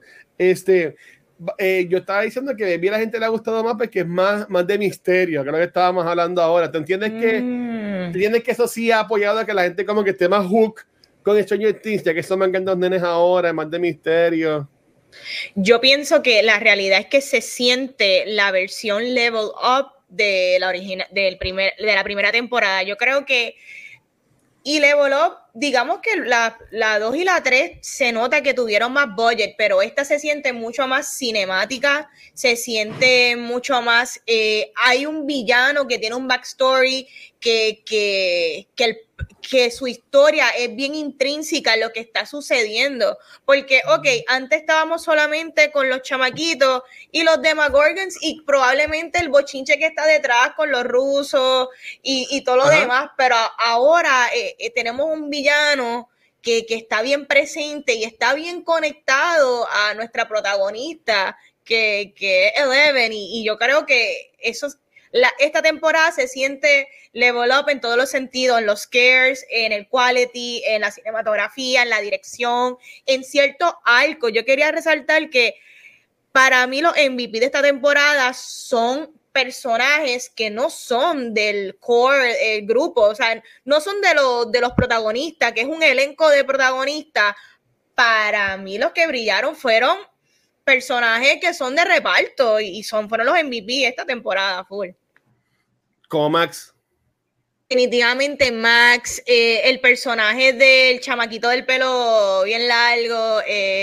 [SPEAKER 3] Yo estaba diciendo que a la gente le ha gustado más porque es más de misterio, que es lo que estábamos hablando ahora. ¿Te entiendes que eso sí ha apoyado a que la gente como que esté más hook con Stranger Things, ya que son más grandes nenes ahora, más de misterio?
[SPEAKER 1] Yo pienso que la realidad es que se siente la versión level up de la primera temporada. Yo creo que y Level Up, digamos que la 2 y la 3 se nota que tuvieron más budget, pero esta se siente mucho más cinemática, se siente mucho más... hay un villano que tiene un backstory que su historia es bien intrínseca en lo que está sucediendo. Porque, ok, antes estábamos solamente con los chamaquitos y los Demogorgons y probablemente el bochinche que está detrás con los rusos y todo lo demás, pero ahora tenemos un villano que está bien presente y está bien conectado a nuestra protagonista, que es Eleven, y yo creo que eso... esta temporada se siente level up en todos los sentidos, en los scares, en el quality, en la cinematografía, en la dirección, en cierto arco. Yo quería resaltar que para mí los MVP de esta temporada son personajes que no son del core grupo, o sea, no son de los protagonistas, que es un elenco de protagonistas. Para mí los que brillaron fueron personajes que son de reparto y fueron los MVP esta temporada full.
[SPEAKER 3] Como Max.
[SPEAKER 1] Definitivamente Max, el personaje del chamaquito del pelo bien largo,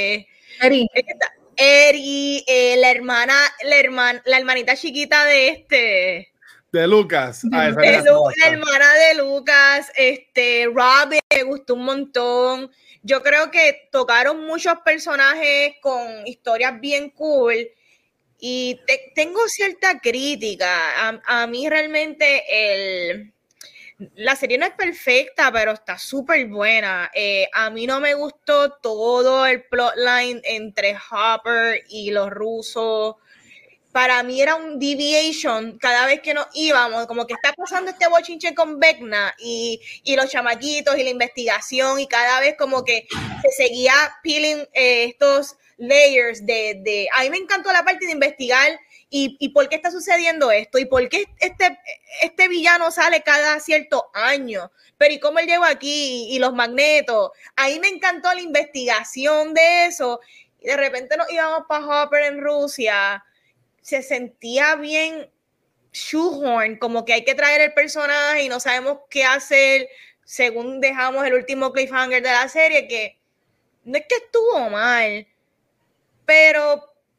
[SPEAKER 1] Eri, la hermanita chiquita de
[SPEAKER 3] Lucas.
[SPEAKER 1] La hermana de Lucas, Robin, me gustó un montón. Yo creo que tocaron muchos personajes con historias bien cool y tengo cierta crítica. A mí realmente la serie no es perfecta, pero está súper buena. A mí no me gustó todo el plotline entre Hopper y los rusos. Para mí era un deviation cada vez que nos íbamos, como que está pasando este bochinche con Vecna y los chamaquitos y la investigación, y cada vez como que se seguía peeling layers a mí me encantó la parte de investigar y por qué está sucediendo esto y por qué este villano sale cada cierto año, pero y cómo él llegó aquí y los magnetos. A mí me encantó la investigación de eso y de repente nos íbamos para Hopper en Rusia. Se sentía bien shoehorn, como que hay que traer el personaje y no sabemos qué hacer según dejamos el último cliffhanger de la serie, que no es que estuvo mal, pero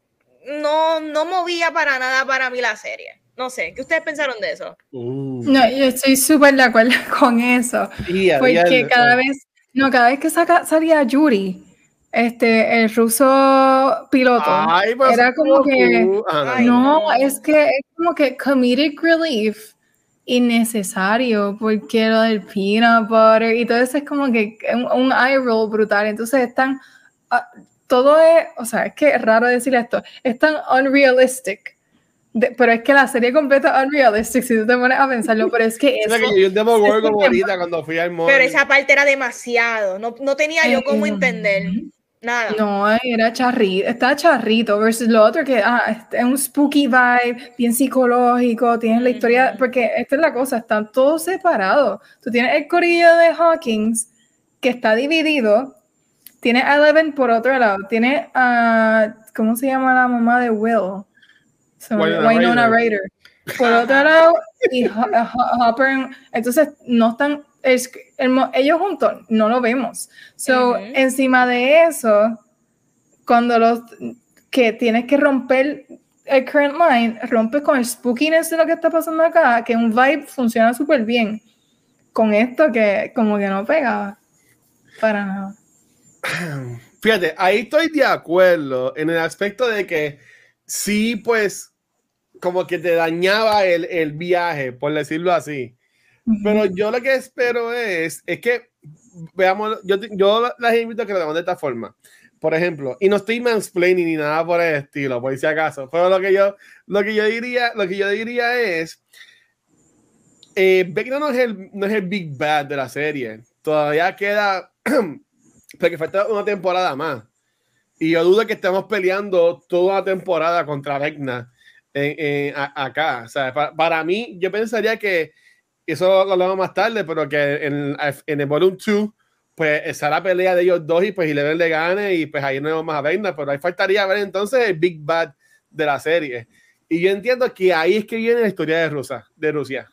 [SPEAKER 1] no movía para nada para mí la serie. No sé, ¿qué ustedes pensaron de eso?
[SPEAKER 2] No, yo estoy súper de acuerdo con eso. Porque cada vez que salía Yuri, el ruso piloto, era como que es como que comedic relief innecesario, porque lo del peanut butter y todo eso es como que un eye roll brutal. Entonces están todo es, o sea, es que es raro decir esto, es tan unrealistic. Pero es que la serie completa es unrealistic si tú te pones a pensarlo, pero es que eso...
[SPEAKER 3] yo demo como ahorita cuando fui al mall.
[SPEAKER 1] Pero esa parte era demasiado, no tenía yo cómo entender nada.
[SPEAKER 2] No, era charrito, está charrito versus lo otro que es un spooky vibe, bien psicológico, tienes la historia, porque esta es la cosa, están todos separados. Tú tienes el corillo de Hawkins que está dividido, tienes a Eleven por otro lado, tienes a, ¿cómo se llama la mamá de Will? Winona Ryder. Por otro lado, y Hopper, entonces no están, ellos juntos no lo vemos. So, encima de eso, cuando que tienes que romper el current line, rompes con el spookiness de lo que está pasando acá, que un vibe funciona súper bien. Con esto que como que no pegaba para nada.
[SPEAKER 3] Fíjate, ahí estoy de acuerdo en el aspecto de que sí, pues, como que te dañaba el viaje, por decirlo así. Pero yo lo que espero es que veamos, yo las invito a que lo veamos de esta forma. Por ejemplo, y no estoy mansplaining ni nada por el estilo, por si acaso, pero lo que yo diría es Vecna no es el big bad de la serie. Todavía queda porque falta una temporada más. Y yo dudo que estemos peleando toda la temporada contra Vecna acá. O sea, para mí, yo pensaría que eso lo hablamos más tarde, pero que en el Volume 2 pues esa la pelea de ellos dos y pues Eleven le gane y pues ahí no vamos más a Vecna, pero ahí faltaría ver entonces el big bad de la serie. Y yo entiendo que ahí es que viene la historia de Rusia.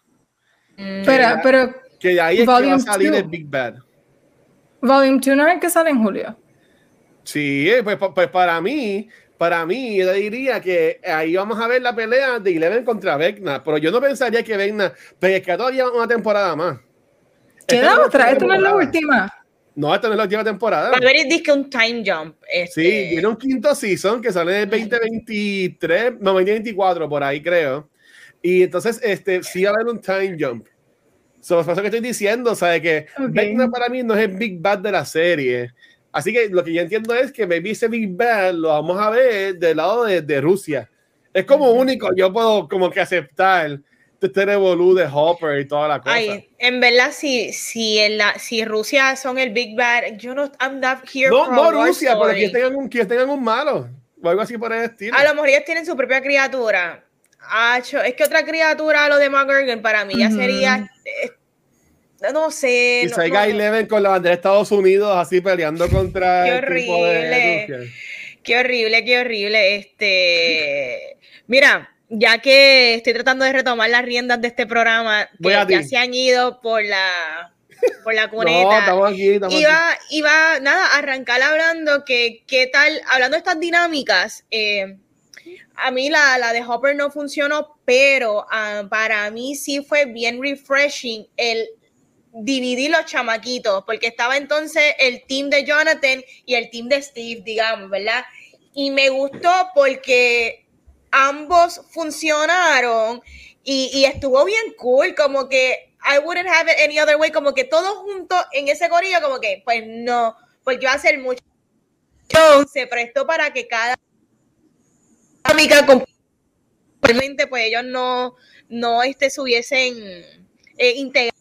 [SPEAKER 2] Pero
[SPEAKER 3] que de ahí es que va a salir el big bad.
[SPEAKER 2] Volume 2 no es el que sale en julio.
[SPEAKER 3] Sí, pues para mí yo diría que ahí vamos a ver la pelea de Eleven contra Vecna, pero yo no pensaría que Vecna, pero es que todavía una temporada más.
[SPEAKER 2] ¿Queda otra? ¿Esto no es la última?
[SPEAKER 3] No, esta no es la última temporada.
[SPEAKER 1] Va a haber un time jump.
[SPEAKER 3] Sí, viene un quinto season que sale en el 2023, no, 2024, por ahí creo. Y entonces, sí va a haber un time jump. Eso es lo que estoy diciendo, ¿sabes? Que Vecna para mí no es el big bad de la serie. Así que lo que yo entiendo es que maybe ese big bad lo vamos a ver del lado de Rusia. Es como único, yo puedo como que aceptar este revolú de Hopper y toda la cosa.
[SPEAKER 1] Ay, en verdad, si Rusia son el big bad, yo no, I'm not here
[SPEAKER 3] no,
[SPEAKER 1] for
[SPEAKER 3] no
[SPEAKER 1] a war
[SPEAKER 3] Rusia,
[SPEAKER 1] story.
[SPEAKER 3] pero que tengan un malo o algo así por el estilo.
[SPEAKER 1] A lo mejor ellos tienen su propia criatura. Es que otra criatura, lo de McGurgan, para mí ya sería... no sé.
[SPEAKER 3] Y salga Eleven con la bandera de Estados Unidos así peleando contra
[SPEAKER 1] qué
[SPEAKER 3] el tipo de Rusia.
[SPEAKER 1] Qué horrible. Mira, ya que estoy tratando de retomar las riendas de este programa, que ya se han ido por la cuneta.
[SPEAKER 3] No, estamos aquí.
[SPEAKER 1] Iba nada, arrancar hablando qué tal, hablando de estas dinámicas, a mí la de Hopper no funcionó, pero para mí sí fue bien refreshing el dividir los chamaquitos, porque estaba entonces el team de Jonathan y el team de Steve, digamos, ¿verdad? Y me gustó porque ambos funcionaron y estuvo bien cool, como que I wouldn't have it any other way, como que todos juntos en ese corillo, como que pues no, porque va a ser mucho. Se prestó para que cada amiga completamente pues ellos no se hubiesen integrado.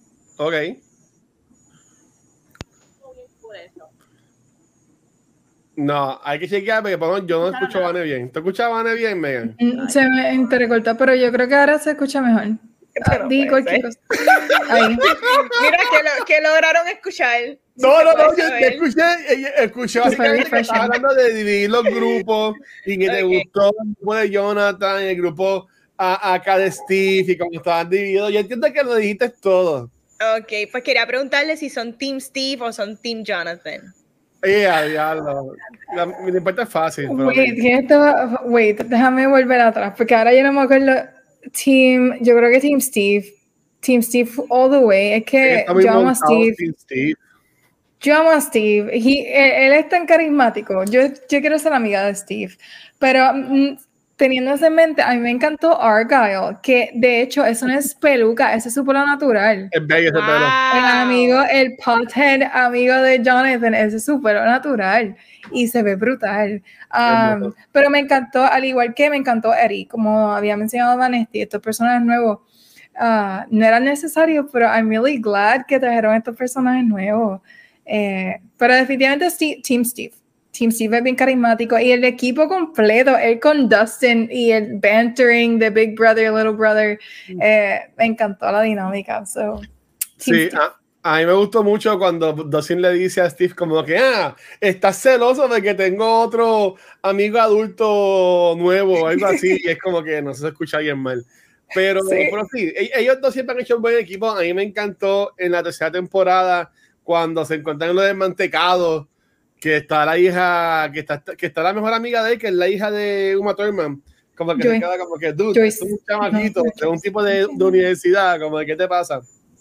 [SPEAKER 3] Ok. No, hay que chequear porque por yo no escucho a Vane bien. ¿Tú escuchas a Vane bien, Megan?
[SPEAKER 2] Se me entrecortó, pero yo creo que ahora se escucha mejor.
[SPEAKER 1] Esto no
[SPEAKER 2] Di
[SPEAKER 1] puede
[SPEAKER 2] cualquier
[SPEAKER 1] ser.
[SPEAKER 2] cosa. Ahí.
[SPEAKER 1] Mira que lograron escuchar.
[SPEAKER 3] No,
[SPEAKER 1] Se
[SPEAKER 3] yo
[SPEAKER 1] puede saber.
[SPEAKER 3] escuché básicamente que estaba hablando de dividir los grupos y que te gustó el grupo de Jonathan y el grupo acá de Steve y como estaban divididos. Yo entiendo que lo dijiste todo.
[SPEAKER 1] Ok, pues quería preguntarle si son Team Steve o son Team Jonathan.
[SPEAKER 3] Diablo. Mi respuesta es fácil.
[SPEAKER 2] Wait, déjame volver atrás, porque ahora yo no me acuerdo. Yo creo que Team Steve all the way. Es que yo amo a Steve. Yo amo a Steve. Él es tan carismático. Yo quiero ser amiga de Steve. Pero teniendo eso en mente, a mí me encantó Argyle, que de hecho eso no es peluca, eso es su pelo natural.
[SPEAKER 3] Es bello ese pelo.
[SPEAKER 2] El pothead amigo de Jonathan, ese es su pelo natural y se ve brutal. Pero me encantó, al igual que me encantó Eric, como había mencionado Vanesti, estos personajes nuevos no eran necesarios, pero I'm really glad que trajeron estos personajes nuevos. Pero definitivamente Team Steve. Team Steve es bien carismático y el equipo completo, él con Dustin y el bantering de Big Brother, Little Brother, me encantó la dinámica.
[SPEAKER 3] Sí, a mí me gustó mucho cuando Dustin le dice a Steve como que, estás celoso de que tengo otro amigo adulto nuevo o algo así, y es como que no se escucha bien mal. Pero sí, ellos dos siempre han hecho un buen equipo. A mí me encantó en la tercera temporada cuando se encuentran en los desmantecados, que está la hija, que está la mejor amiga de él, que es la hija de Uma Thurman, como que se queda como que, dude, es un chamaquito, es un tipo de universidad, como de, ¿qué te pasa?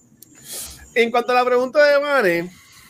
[SPEAKER 3] En cuanto a la pregunta de Vane,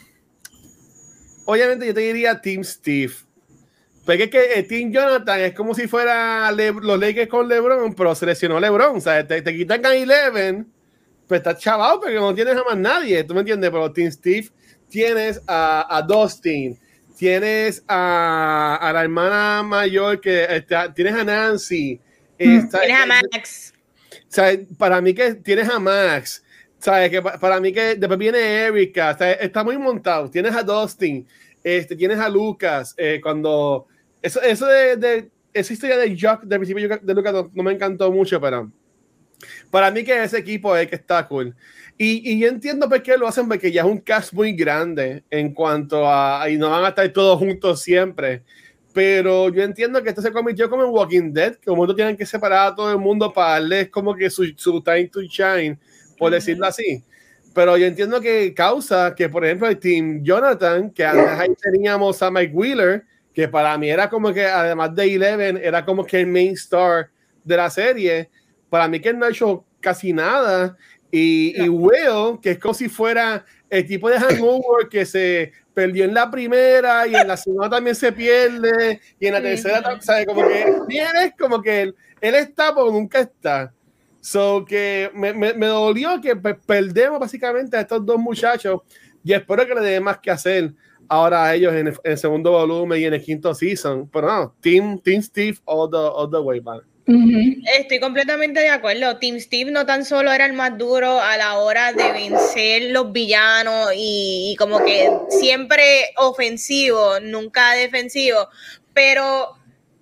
[SPEAKER 3] obviamente yo te diría Team Steve, porque es que Team Jonathan es como si fuera los Lakers con LeBron, pero seleccionó LeBron, o sea, te quitan a Eleven, pues estás chaval porque no tienes a más nadie, ¿tú me entiendes? Pero Team Steve tienes a Dustin, tienes a la hermana mayor que tienes a Nancy,
[SPEAKER 1] tienes a Max.
[SPEAKER 3] O sea, para mí que tienes a Max, sabes que para mí que después viene Erika, o sea, está muy montado. Tienes a Dustin, tienes a Lucas. Cuando eso de esa historia de Jock del principio de Lucas no me encantó mucho, pero para mí que ese equipo es que está cool. Y yo entiendo por qué lo hacen, porque ya es un cast muy grande en cuanto a... Y no van a estar todos juntos siempre. Pero yo entiendo que esto se convirtió como en Walking Dead, que como tú tienen que separar a todo el mundo para darles como que su time to shine, por decirlo así. Pero yo entiendo que causa que, por ejemplo, el Team Jonathan, que antes ahí teníamos a Mike Wheeler, que para mí era como que, además de Eleven, era como que el main star de la serie. Para mí que él no ha hecho casi nada. Y Will, que es como si fuera el tipo de hangover que se perdió en la primera y en la segunda también se pierde y en la tercera, ¿sabes? Como que vienes como que él está pero nunca está. So que me dolió que perdemos básicamente a estos dos muchachos y espero que le den más que hacer ahora a ellos en el segundo volumen y en el quinto season. Pero no, Team Steve all the way back.
[SPEAKER 1] Estoy completamente de acuerdo. Team Steve no tan solo era el más duro a la hora de vencer los villanos y como que siempre ofensivo, nunca defensivo, pero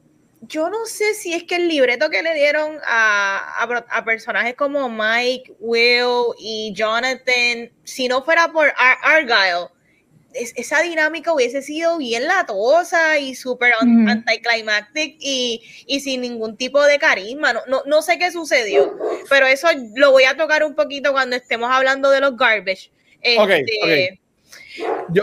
[SPEAKER 1] yo no sé si es que el libreto que le dieron a personajes como Mike, Will y Jonathan, si no fuera por Argyle, esa dinámica hubiese sido bien latosa y súper anticlimactic y sin ningún tipo de carisma. No sé qué sucedió, pero eso lo voy a tocar un poquito cuando estemos hablando de los garbage.
[SPEAKER 3] Okay. Yo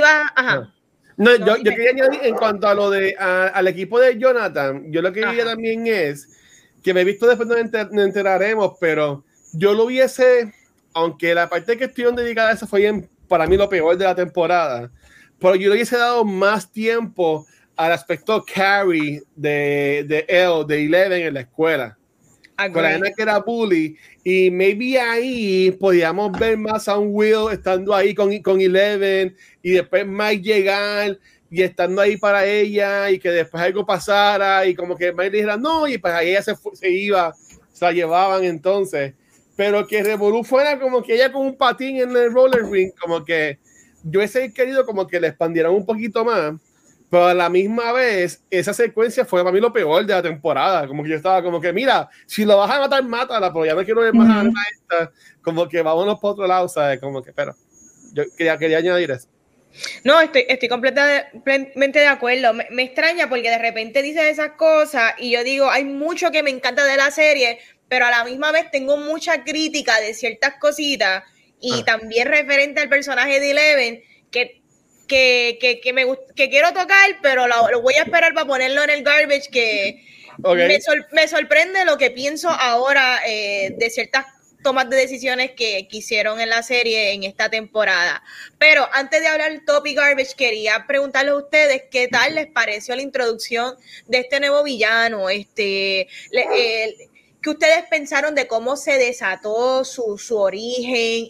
[SPEAKER 3] quería añadir en cuanto a lo de al equipo de Jonathan, yo lo que diría también es que me he visto después nos enteraremos, pero yo lo hubiese, aunque la parte que estoy dedicada a eso fue para mí lo peor de la temporada, pero yo le hubiese dado más tiempo al aspecto carry de Eleven en la escuela. Con la gente que era bully, y maybe ahí podíamos ver más a un Will estando ahí con Eleven y después Mike llegar y estando ahí para ella y que después algo pasara y como que Mike le dijera no y pues ahí ella se iba, se la llevaban entonces. Pero que Revolú fuera como que ella con un patín en el roller ring, como que yo hubiese querido como que le expandieran un poquito más, pero a la misma vez, esa secuencia fue para mí lo peor de la temporada. Como que yo estaba como que, mira, si lo vas a matar, mátala, pero ya no quiero ver más a esta. Como que vámonos por otro lado, ¿sabes? Como que, pero yo quería añadir eso.
[SPEAKER 1] No, estoy completamente de acuerdo. Me extraña porque de repente dices esas cosas y yo digo, hay mucho que me encanta de la serie, pero a la misma vez tengo mucha crítica de ciertas cositas y también referente al personaje de Eleven que quiero tocar, pero lo voy a esperar para ponerlo en el garbage, que me sorprende lo que pienso ahora de ciertas tomas de decisiones que hicieron en la serie en esta temporada. Pero antes de hablar top y garbage, quería preguntarles a ustedes qué tal les pareció la introducción de este nuevo villano, ¿qué ustedes pensaron de cómo se desató su origen,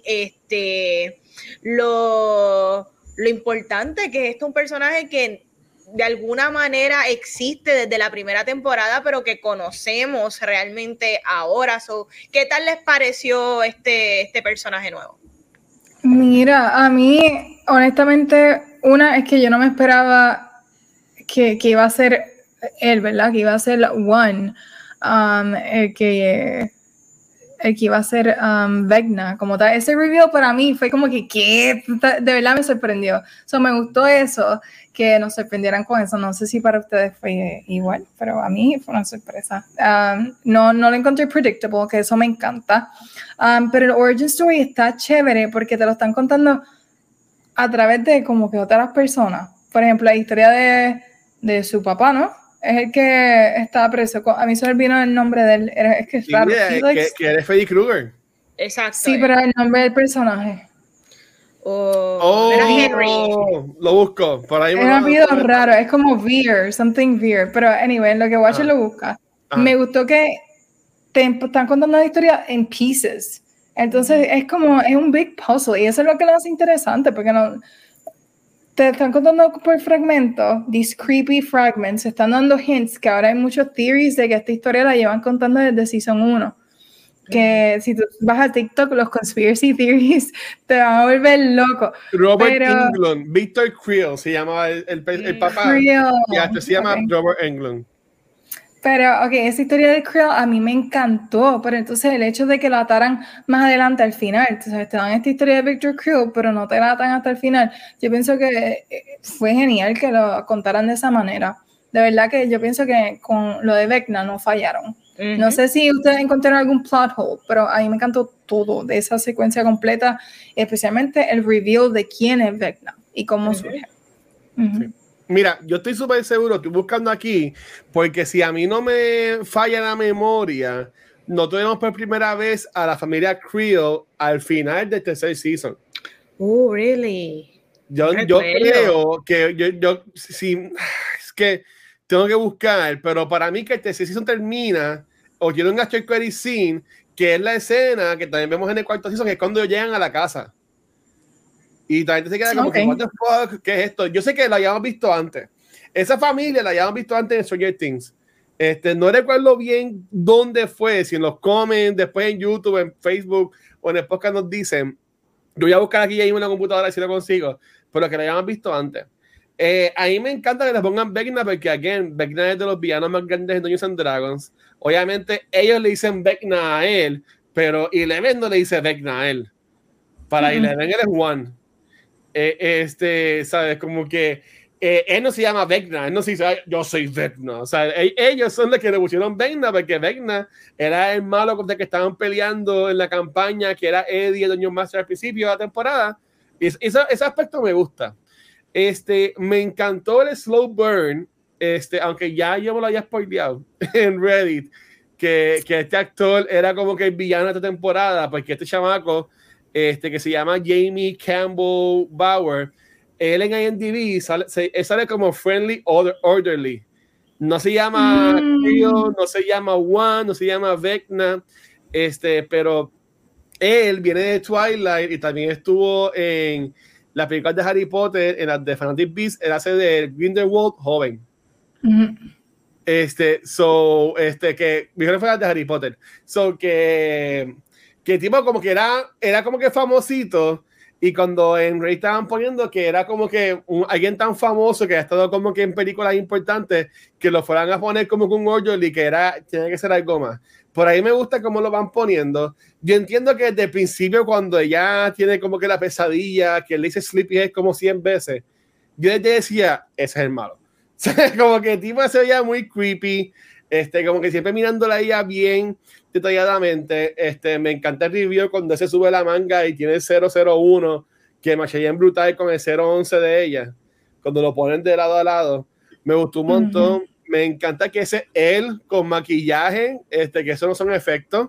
[SPEAKER 1] lo importante que es un personaje que de alguna manera existe desde la primera temporada, pero que conocemos realmente ahora? ¿Qué tal les pareció este personaje nuevo?
[SPEAKER 2] Mira, a mí, honestamente, una es que yo no me esperaba que iba a ser él, ¿verdad? Que iba a ser One, el que iba a ser Vecna, como tal. Ese reveal para mí fue como que, ¿qué? De verdad me sorprendió. Me gustó eso, que nos sorprendieran con eso. No sé si para ustedes fue igual, pero a mí fue una sorpresa. No lo encontré predictable, que eso me encanta. Pero el origin story está chévere porque te lo están contando a través de como que otras personas. Por ejemplo, la historia de su papá, ¿no? Es el que estaba preso. A mí se me olvidó el nombre de él. Es que es raro.
[SPEAKER 3] Que eres Freddy Krueger.
[SPEAKER 1] Exacto.
[SPEAKER 2] Sí, pero el nombre del personaje.
[SPEAKER 1] Era Henry.
[SPEAKER 3] Lo busco. Por ahí
[SPEAKER 2] es un apellido raro. Es como Veer, something Veer. Pero anyway, lo que Watcher lo busca. Me gustó que te están contando la historia en pieces. Entonces es un big puzzle. Y eso es lo que lo hace interesante, porque no... Te están contando por fragmentos, these creepy fragments, se están dando hints que ahora hay muchos theories de que esta historia la llevan contando desde Season 1. Que si tú vas a TikTok, los conspiracy theories te van a volver loco.
[SPEAKER 3] Robert Englund, Victor Creel se llamaba el papá. Y hasta se llama Robert Englund.
[SPEAKER 2] Pero, esa historia de Creel a mí me encantó, pero entonces el hecho de que la ataran más adelante al final, entonces te dan esta historia de Victor Creel, pero no te la atan hasta el final, yo pienso que fue genial que lo contaran de esa manera. De verdad que yo pienso que con lo de Vecna no fallaron. No sé si ustedes encontraron algún plot hole, pero a mí me encantó todo de esa secuencia completa, especialmente el reveal de quién es Vecna y cómo surge.
[SPEAKER 3] Sí. Mira, yo estoy súper seguro, estoy buscando aquí, porque si a mí no me falla la memoria, no tuvimos por primera vez a la familia Creel al final del tercer season.
[SPEAKER 1] Oh, really?
[SPEAKER 3] Yo creo que sí, es que tengo que buscar, pero para mí que el tercer season termina, o tiene un after credit scene, que es la escena que también vemos en el cuarto season, que es cuando llegan a la casa. Y también se queda como que, what the fuck, ¿qué es esto? Yo sé que la habíamos visto antes. Esa familia la habíamos visto antes en Stranger Things. No recuerdo bien dónde fue, si en los comments, después en YouTube, en Facebook o en el podcast nos dicen. Yo voy a buscar aquí en una computadora si lo consigo, pero que la habíamos visto antes. A mí me encanta que le pongan Vecna porque, again, Vecna es de los villanos más grandes de Dungeons and Dragons. Obviamente, ellos le dicen Vecna a él, pero Eleven no le dice Vecna a él. Para Eleven, él es One. ¿Sabes? Como que él no se llama Vecna, él no se dice yo soy Vecna, o sea, ellos son los que le pusieron Vecna porque Vecna era el malo contra el que estaban peleando en la campaña, que era Eddie, el Dungeon Master al principio de la temporada, y ese aspecto me gusta. Me encantó el slow burn, aunque ya yo me lo había spoileado en Reddit, que este actor era como que el villano de esta temporada, porque este chamaco que se llama Jamie Campbell Bower, él en IMDb sale como Friendly Orderly. No se llama Creel, no se llama One, no se llama Vecna, pero él viene de Twilight y también estuvo en las películas de Harry Potter, en las de Fantastic Beasts, él hace de Grindelwald joven. Que mejor fue las de Harry Potter. Que tipo como que era como que famosito Y cuando en Rey estaban poniendo que era como que alguien tan famoso que ha estado como que en películas importantes, que lo fueran a poner como que un orderly, que tiene que ser algo más. Por ahí me gusta cómo lo van poniendo. Yo entiendo que desde el principio, cuando ella tiene como que la pesadilla, que le dice Sleepyhead como 100 veces, yo desde decía, ese es el malo. Como que el tipo se veía muy creepy, como que siempre mirándola a ella bien detalladamente. Me encanta el review cuando se sube la manga y tiene el 001, que me en brutal con el 011 de ella, cuando lo ponen de lado a lado. Me gustó un montón. Me encanta que ese él con maquillaje, que eso no son efectos.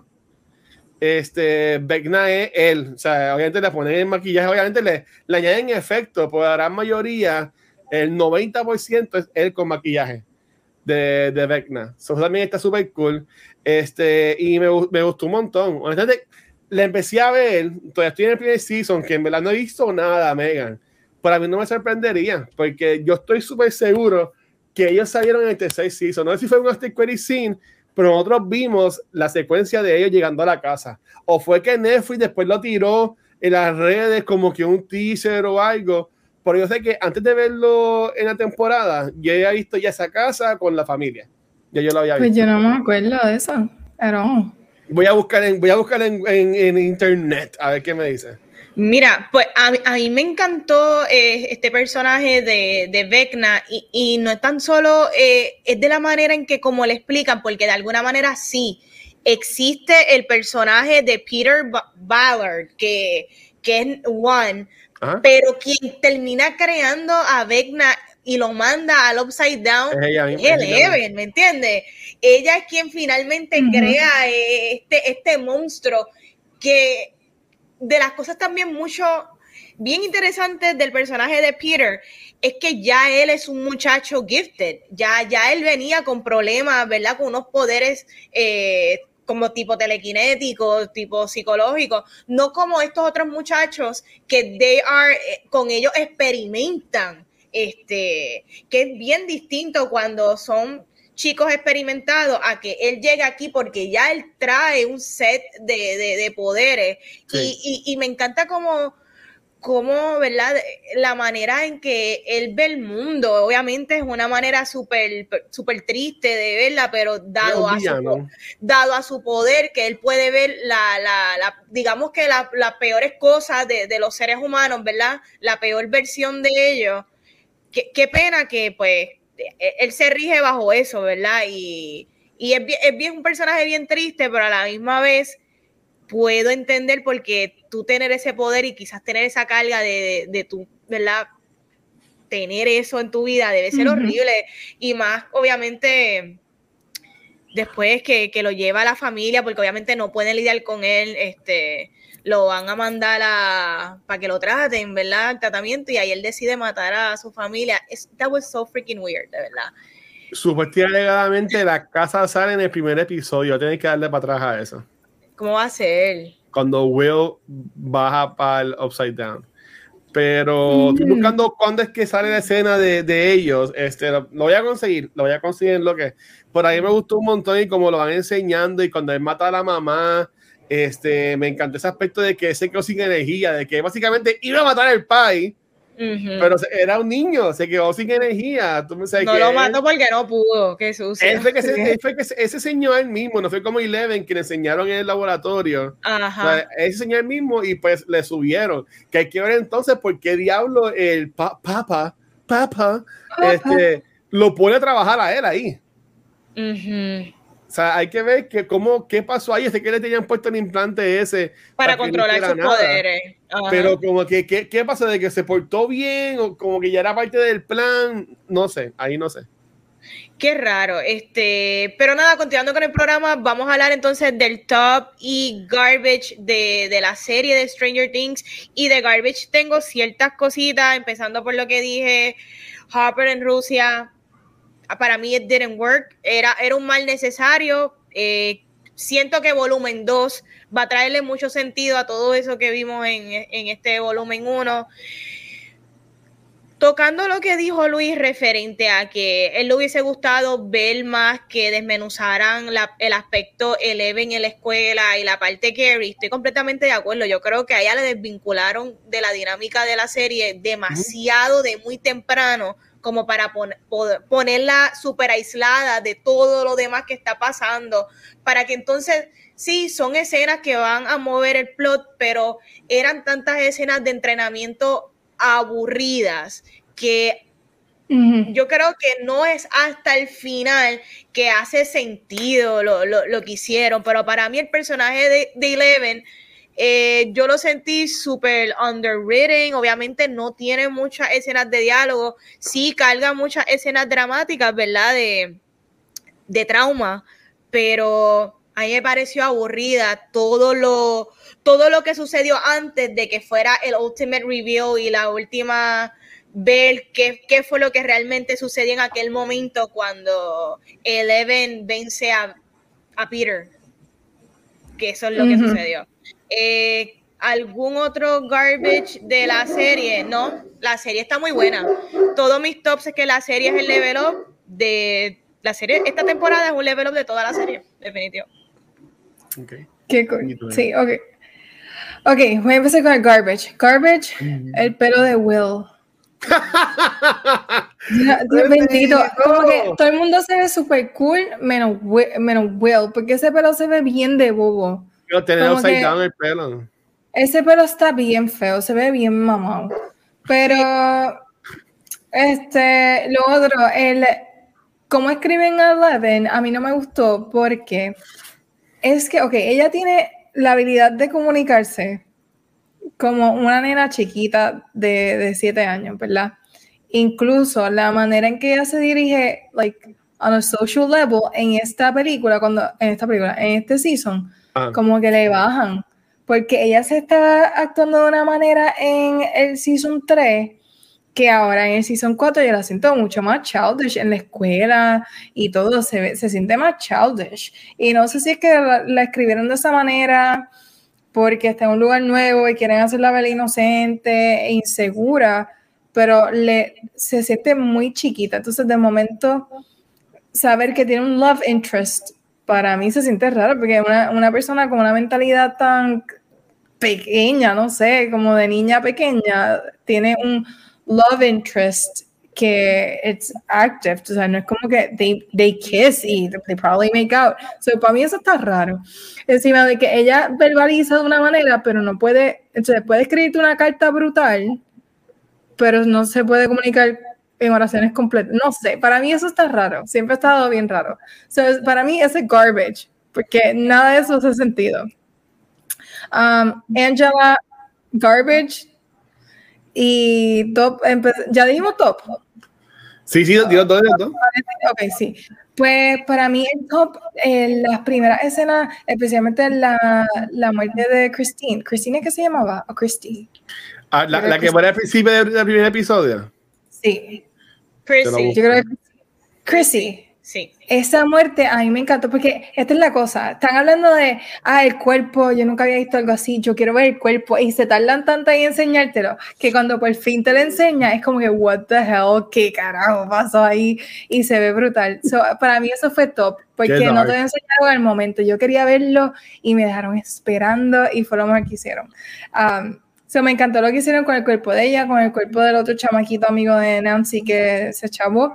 [SPEAKER 3] Vecna es él, o sea, obviamente le ponen el maquillaje, obviamente le añaden efectos, pero la gran mayoría, el 90% es él con maquillaje de Vecna. Eso también está súper cool. Y me gustó un montón. Honestamente, le empecé a ver, todavía estoy en el primer season, que en verdad no he visto nada, Megan. Para mí no me sorprendería, porque yo estoy súper seguro que ellos salieron en el tercer season. No sé si fue un after credit scene, pero nosotros vimos la secuencia de ellos llegando a la casa. O fue que Netflix después lo tiró en las redes como que un teaser o algo. Pero yo sé que antes de verlo en la temporada, yo había visto ya esa casa con la familia. Ya yo lo había visto.
[SPEAKER 2] Pues yo no me acuerdo de eso. Pero...
[SPEAKER 3] Voy a buscar en internet a ver qué me dice.
[SPEAKER 1] Mira, pues a mí me encantó este personaje de Vecna y no es tan solo, es de la manera en que como le explican, porque de alguna manera sí, existe el personaje de Peter Ballard, que es One, pero quien termina creando a Vecna y lo manda al Upside Down es Eleven, ¿me entiendes? Ella es quien finalmente crea este monstruo que... De las cosas también bien interesantes del personaje de Peter es que ya él es un muchacho gifted, ya él venía con problemas, ¿verdad? Con unos poderes como tipo telequinéticos, tipo psicológicos, no como estos otros muchachos que con ellos experimentan, que es bien distinto cuando son chicos experimentados a que él llegue aquí porque ya él trae un set de poderes. Sí. Y me encanta como, ¿verdad? La manera en que él ve el mundo, obviamente es una manera súper triste de verla, pero dado a su poder, que él puede ver digamos que las peores cosas de los seres humanos, ¿verdad? La peor versión de ellos. Qué pena que pues él se rige bajo eso, ¿verdad? Y es un personaje bien triste, pero a la misma vez puedo entender porque tú tener ese poder y quizás tener esa carga de tu, ¿verdad? Tener eso en tu vida debe ser horrible. Y más, obviamente, después que lo lleva a la familia, porque obviamente no pueden lidiar con él, lo van a mandar para que lo traten, ¿verdad? El tratamiento, y ahí él decide matar a su familia. That was so freaking weird, de verdad.
[SPEAKER 3] Supuestamente, alegadamente, la casa sale en el primer episodio. Tienes que darle para atrás a eso.
[SPEAKER 1] ¿Cómo va a ser?
[SPEAKER 3] Cuando Will baja para el Upside Down. Pero estoy buscando cuándo es que sale la escena de ellos. Lo voy a conseguir en lo que. Por ahí me gustó un montón y como lo van enseñando y cuando él mata a la mamá. Me encantó ese aspecto de que se quedó sin energía, de que básicamente iba a matar al pai, pero era un niño, se quedó sin energía. ¿Tú me sabes
[SPEAKER 1] no lo mató porque no pudo, qué sucio.
[SPEAKER 3] Él fue que ese señor él mismo, no fue como Eleven que le enseñaron en el laboratorio. Ajá. O sea, ese señor mismo y pues le subieron. Que hay que ver entonces por qué diablo el Papa lo pone a trabajar a él ahí. O sea, hay que ver qué pasó ahí. Que le tenían puesto el implante ese
[SPEAKER 1] para controlar sus poderes. Ajá.
[SPEAKER 3] Pero como que, ¿qué pasó? ¿De que se portó bien? O como que ya era parte del plan. No sé, ahí no sé.
[SPEAKER 1] Qué raro. Pero nada, continuando con el programa, vamos a hablar entonces del top y garbage de la serie de Stranger Things. Y de garbage tengo ciertas cositas, empezando por lo que dije, Hopper en Rusia. Para mí it didn't work, era un mal necesario. Siento que volumen 2 va a traerle mucho sentido a todo eso que vimos en este volumen 1. Tocando lo que dijo Luis referente a que él le hubiese gustado ver más que desmenuzaran el aspecto Eleven en la escuela y la parte Carrie, estoy completamente de acuerdo. Yo creo que a ella le desvincularon de la dinámica de la serie demasiado de muy temprano como para ponerla súper aislada de todo lo demás que está pasando, para que entonces, sí, son escenas que van a mover el plot, pero eran tantas escenas de entrenamiento aburridas que yo creo que no es hasta el final que hace sentido lo que hicieron, pero para mí el personaje de Eleven yo lo sentí súper underwritten. Obviamente no tiene muchas escenas de diálogo, sí carga muchas escenas dramáticas, ¿verdad? De trauma, pero a mí me pareció aburrida todo lo que sucedió antes de que fuera el ultimate reveal y la última, ver qué fue lo que realmente sucedió en aquel momento cuando Eleven vence a Peter, que eso es lo que sucedió. ¿Algún otro garbage de la serie? No, la serie está muy buena. Todos mis tops es que la serie es el level up de la serie. Esta temporada es un level up de toda la serie, definitivo.
[SPEAKER 3] Okay.
[SPEAKER 2] Qué cool. Sí, ok, voy a empezar con el garbage. Garbage, el pelo de Will. Dios bendito, como que todo el mundo se ve súper cool menos Will, porque ese pelo se ve bien de bobo.
[SPEAKER 3] Pero tener upside down el pelo.
[SPEAKER 2] Ese pelo está bien feo, se ve bien mamado. Pero lo otro, cómo escriben a Eleven, a mí no me gustó porque es que, ella tiene la habilidad de comunicarse como una nena chiquita de 7 años, ¿verdad? Incluso la manera en que ella se dirige, like, on a social level, en este season, como que le bajan, porque ella se está actuando de una manera en el season 3, que ahora en el season 4 yo la siento mucho más childish en la escuela y todo, se siente más childish. Y no sé si es que la escribieron de esa manera porque está en un lugar nuevo y quieren hacerla ver inocente e insegura, pero se siente muy chiquita. Entonces, de momento, saber que tiene un love interest, para mí se siente raro, porque una persona con una mentalidad tan pequeña, no sé, como de niña pequeña, tiene un love interest que it's active, o sea, no es como que they kiss y they probably make out. So, para mí eso está raro. Encima de que ella verbaliza de una manera, pero no puede, entonces puede escribirte una carta brutal, pero no se puede comunicar en oraciones completas. No sé, para mí eso está raro, siempre ha estado bien raro. So, para mí ese es garbage, porque nada de eso hace sentido. Angela, garbage. Y top, ya dijimos top.
[SPEAKER 3] Sí, digo todo.
[SPEAKER 2] Ok, sí. Pues para mí el top, las primeras escenas, especialmente la muerte de Christine. ¿Christine es que se llamaba? ¿O Christy?
[SPEAKER 3] La que muere al principio del primer episodio.
[SPEAKER 2] Sí.
[SPEAKER 1] Chrissy.
[SPEAKER 2] Yo creo que Chrissy.
[SPEAKER 1] Sí.
[SPEAKER 2] Esa muerte a mí me encantó porque esta es la cosa, están hablando de el cuerpo, yo nunca había visto algo así, yo quiero ver el cuerpo y se tardan tanto en enseñártelo que cuando por fin te lo enseña es como que what the hell, qué carajo pasó ahí y se ve brutal. So, para mí eso fue top porque no te enseñaron al momento, yo quería verlo y me dejaron esperando y fue lo mejor que hicieron. So, me encantó lo que hicieron con el cuerpo de ella, con el cuerpo del otro chamaquito amigo de Nancy que se chavó.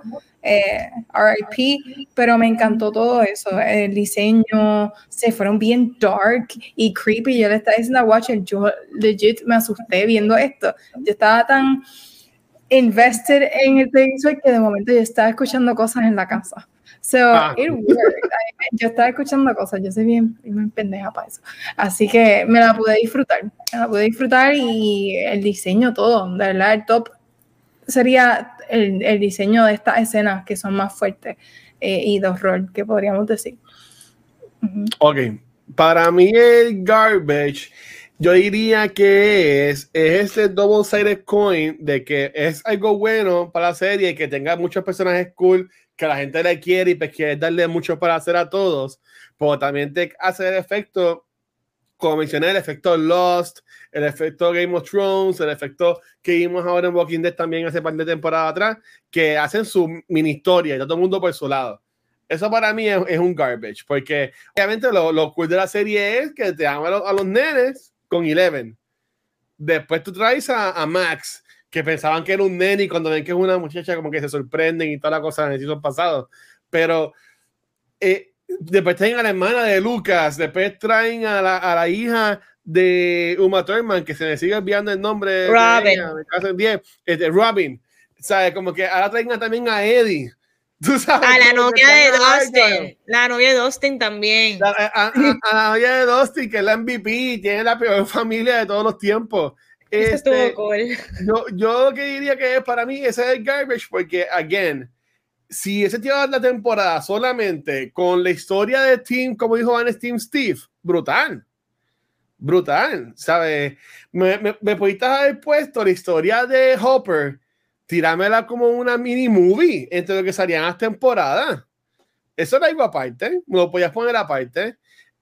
[SPEAKER 2] RIP, pero me encantó todo eso, el diseño, se fueron bien dark y creepy. Yo le estaba diciendo a Watcher, yo legit me asusté viendo esto, yo estaba tan invested en el televisor que de momento yo estaba escuchando cosas en la casa. So, it worked. Yo estaba escuchando cosas, yo soy bien pendeja para eso. Así que me la pude disfrutar y el diseño, todo, de verdad, el top sería el diseño de estas escenas que son más fuertes y de horror, que podríamos decir.
[SPEAKER 3] Ok, para mí el garbage, yo diría que es este double-sided coin de que es algo bueno para la serie, que tenga muchos personajes cool, que la gente le quiere y pues quiere darle mucho para hacer a todos, pero también te hace el efecto como mencioné, el efecto Lost, el efecto Game of Thrones, el efecto que vimos ahora en Walking Dead también hace par de temporadas atrás, que hacen su mini historia y todo el mundo por su lado. Eso para mí es un garbage, porque obviamente lo cool de la serie es que te dan a los nenes con Eleven. Después tú traes a Max, que pensaban que era un nene y cuando ven que es una muchacha como que se sorprenden y toda la cosa en el episodio pasado. Pero después traen a la hermana de Lucas, después traen a la hija de Uma Thurman, que se me sigue olvidando el nombre.
[SPEAKER 1] Robin.
[SPEAKER 3] Robin. ¿Sabes? Como que ahora traen también a Eddie. ¿Tú sabes?
[SPEAKER 1] A la novia de Dustin. La novia de Dustin también.
[SPEAKER 3] A la novia de Dustin, que es la MVP, tiene la peor familia de todos los tiempos.
[SPEAKER 1] Eso estuvo cool.
[SPEAKER 3] Yo lo que diría que es para mí ese es el garbage, porque, again, si ese lleva la temporada solamente con la historia de Team, como dijo Van Team Steve, brutal, ¿sabes? Me pudiste haber puesto la historia de Hopper, tirámela como una mini movie entre lo que salían las temporadas. Eso era algo aparte, me lo podías poner aparte.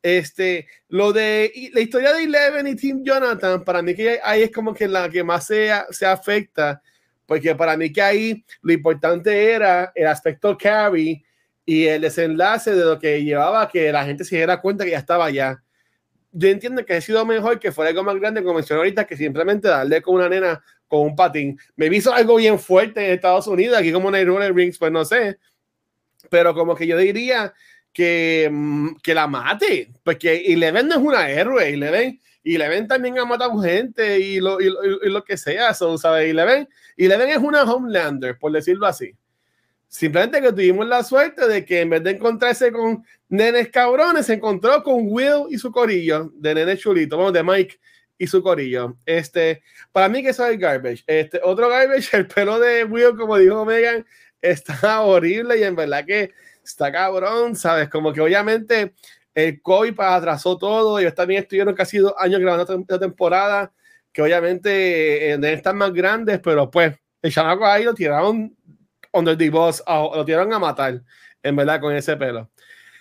[SPEAKER 3] Lo de la historia de Eleven y Team Jonathan, para mí que ahí es como que la que más se afecta, porque para mí que ahí lo importante era el aspecto Carrie y el desenlace de lo que llevaba a que la gente se diera cuenta que ya estaba allá. Yo entiendo que ha sido mejor que fuera algo más grande, como mencioné ahorita, que simplemente darle con una nena con un patín. Me hizo algo bien fuerte en Estados Unidos, aquí como en el Roller Rings, pues no sé, pero como que yo diría que la mate, porque Eleven no es una héroe. Eleven también ha matado gente y lo que sea, ¿sabes? Eleven es una Homelander, por decirlo así. Simplemente que tuvimos la suerte de que en vez de encontrarse con nenes cabrones, se encontró con Will y su corillo, de nenes chulito, bueno, de Mike y su corillo. Para mí que eso es el garbage. Otro garbage, el pelo de Will, como dijo Megan, está horrible y en verdad que está cabrón, ¿sabes? Como que obviamente el COVID atrasó todo. Ellos también estuvieron casi 2 años grabando esta temporada, que obviamente deben estar más grandes, pero pues el chamaco ahí lo tiraron under the bus, lo tiraron a matar, en verdad, con ese pelo.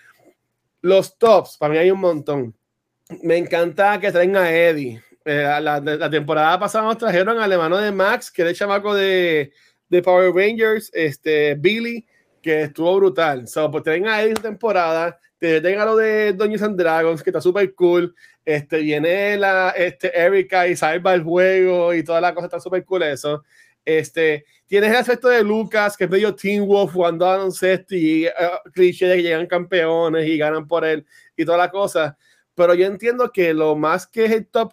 [SPEAKER 3] Los tops, para mí hay un montón. Me encanta que traen a Eddie. La temporada pasada nos trajeron al hermano de Max, que era el chamaco de Power Rangers, Billy, que estuvo brutal. Pues traen a Eddie esta temporada, traen a lo de Dungeons and Dragons, que está súper cool. Viene Erika y salva el juego y toda la cosa, está súper cool eso. Tienes el aspecto de Lucas, que es medio Teen Wolf jugando a baloncesto y cliché de que llegan campeones y ganan por él y toda la cosa. Pero yo entiendo que lo más que es el top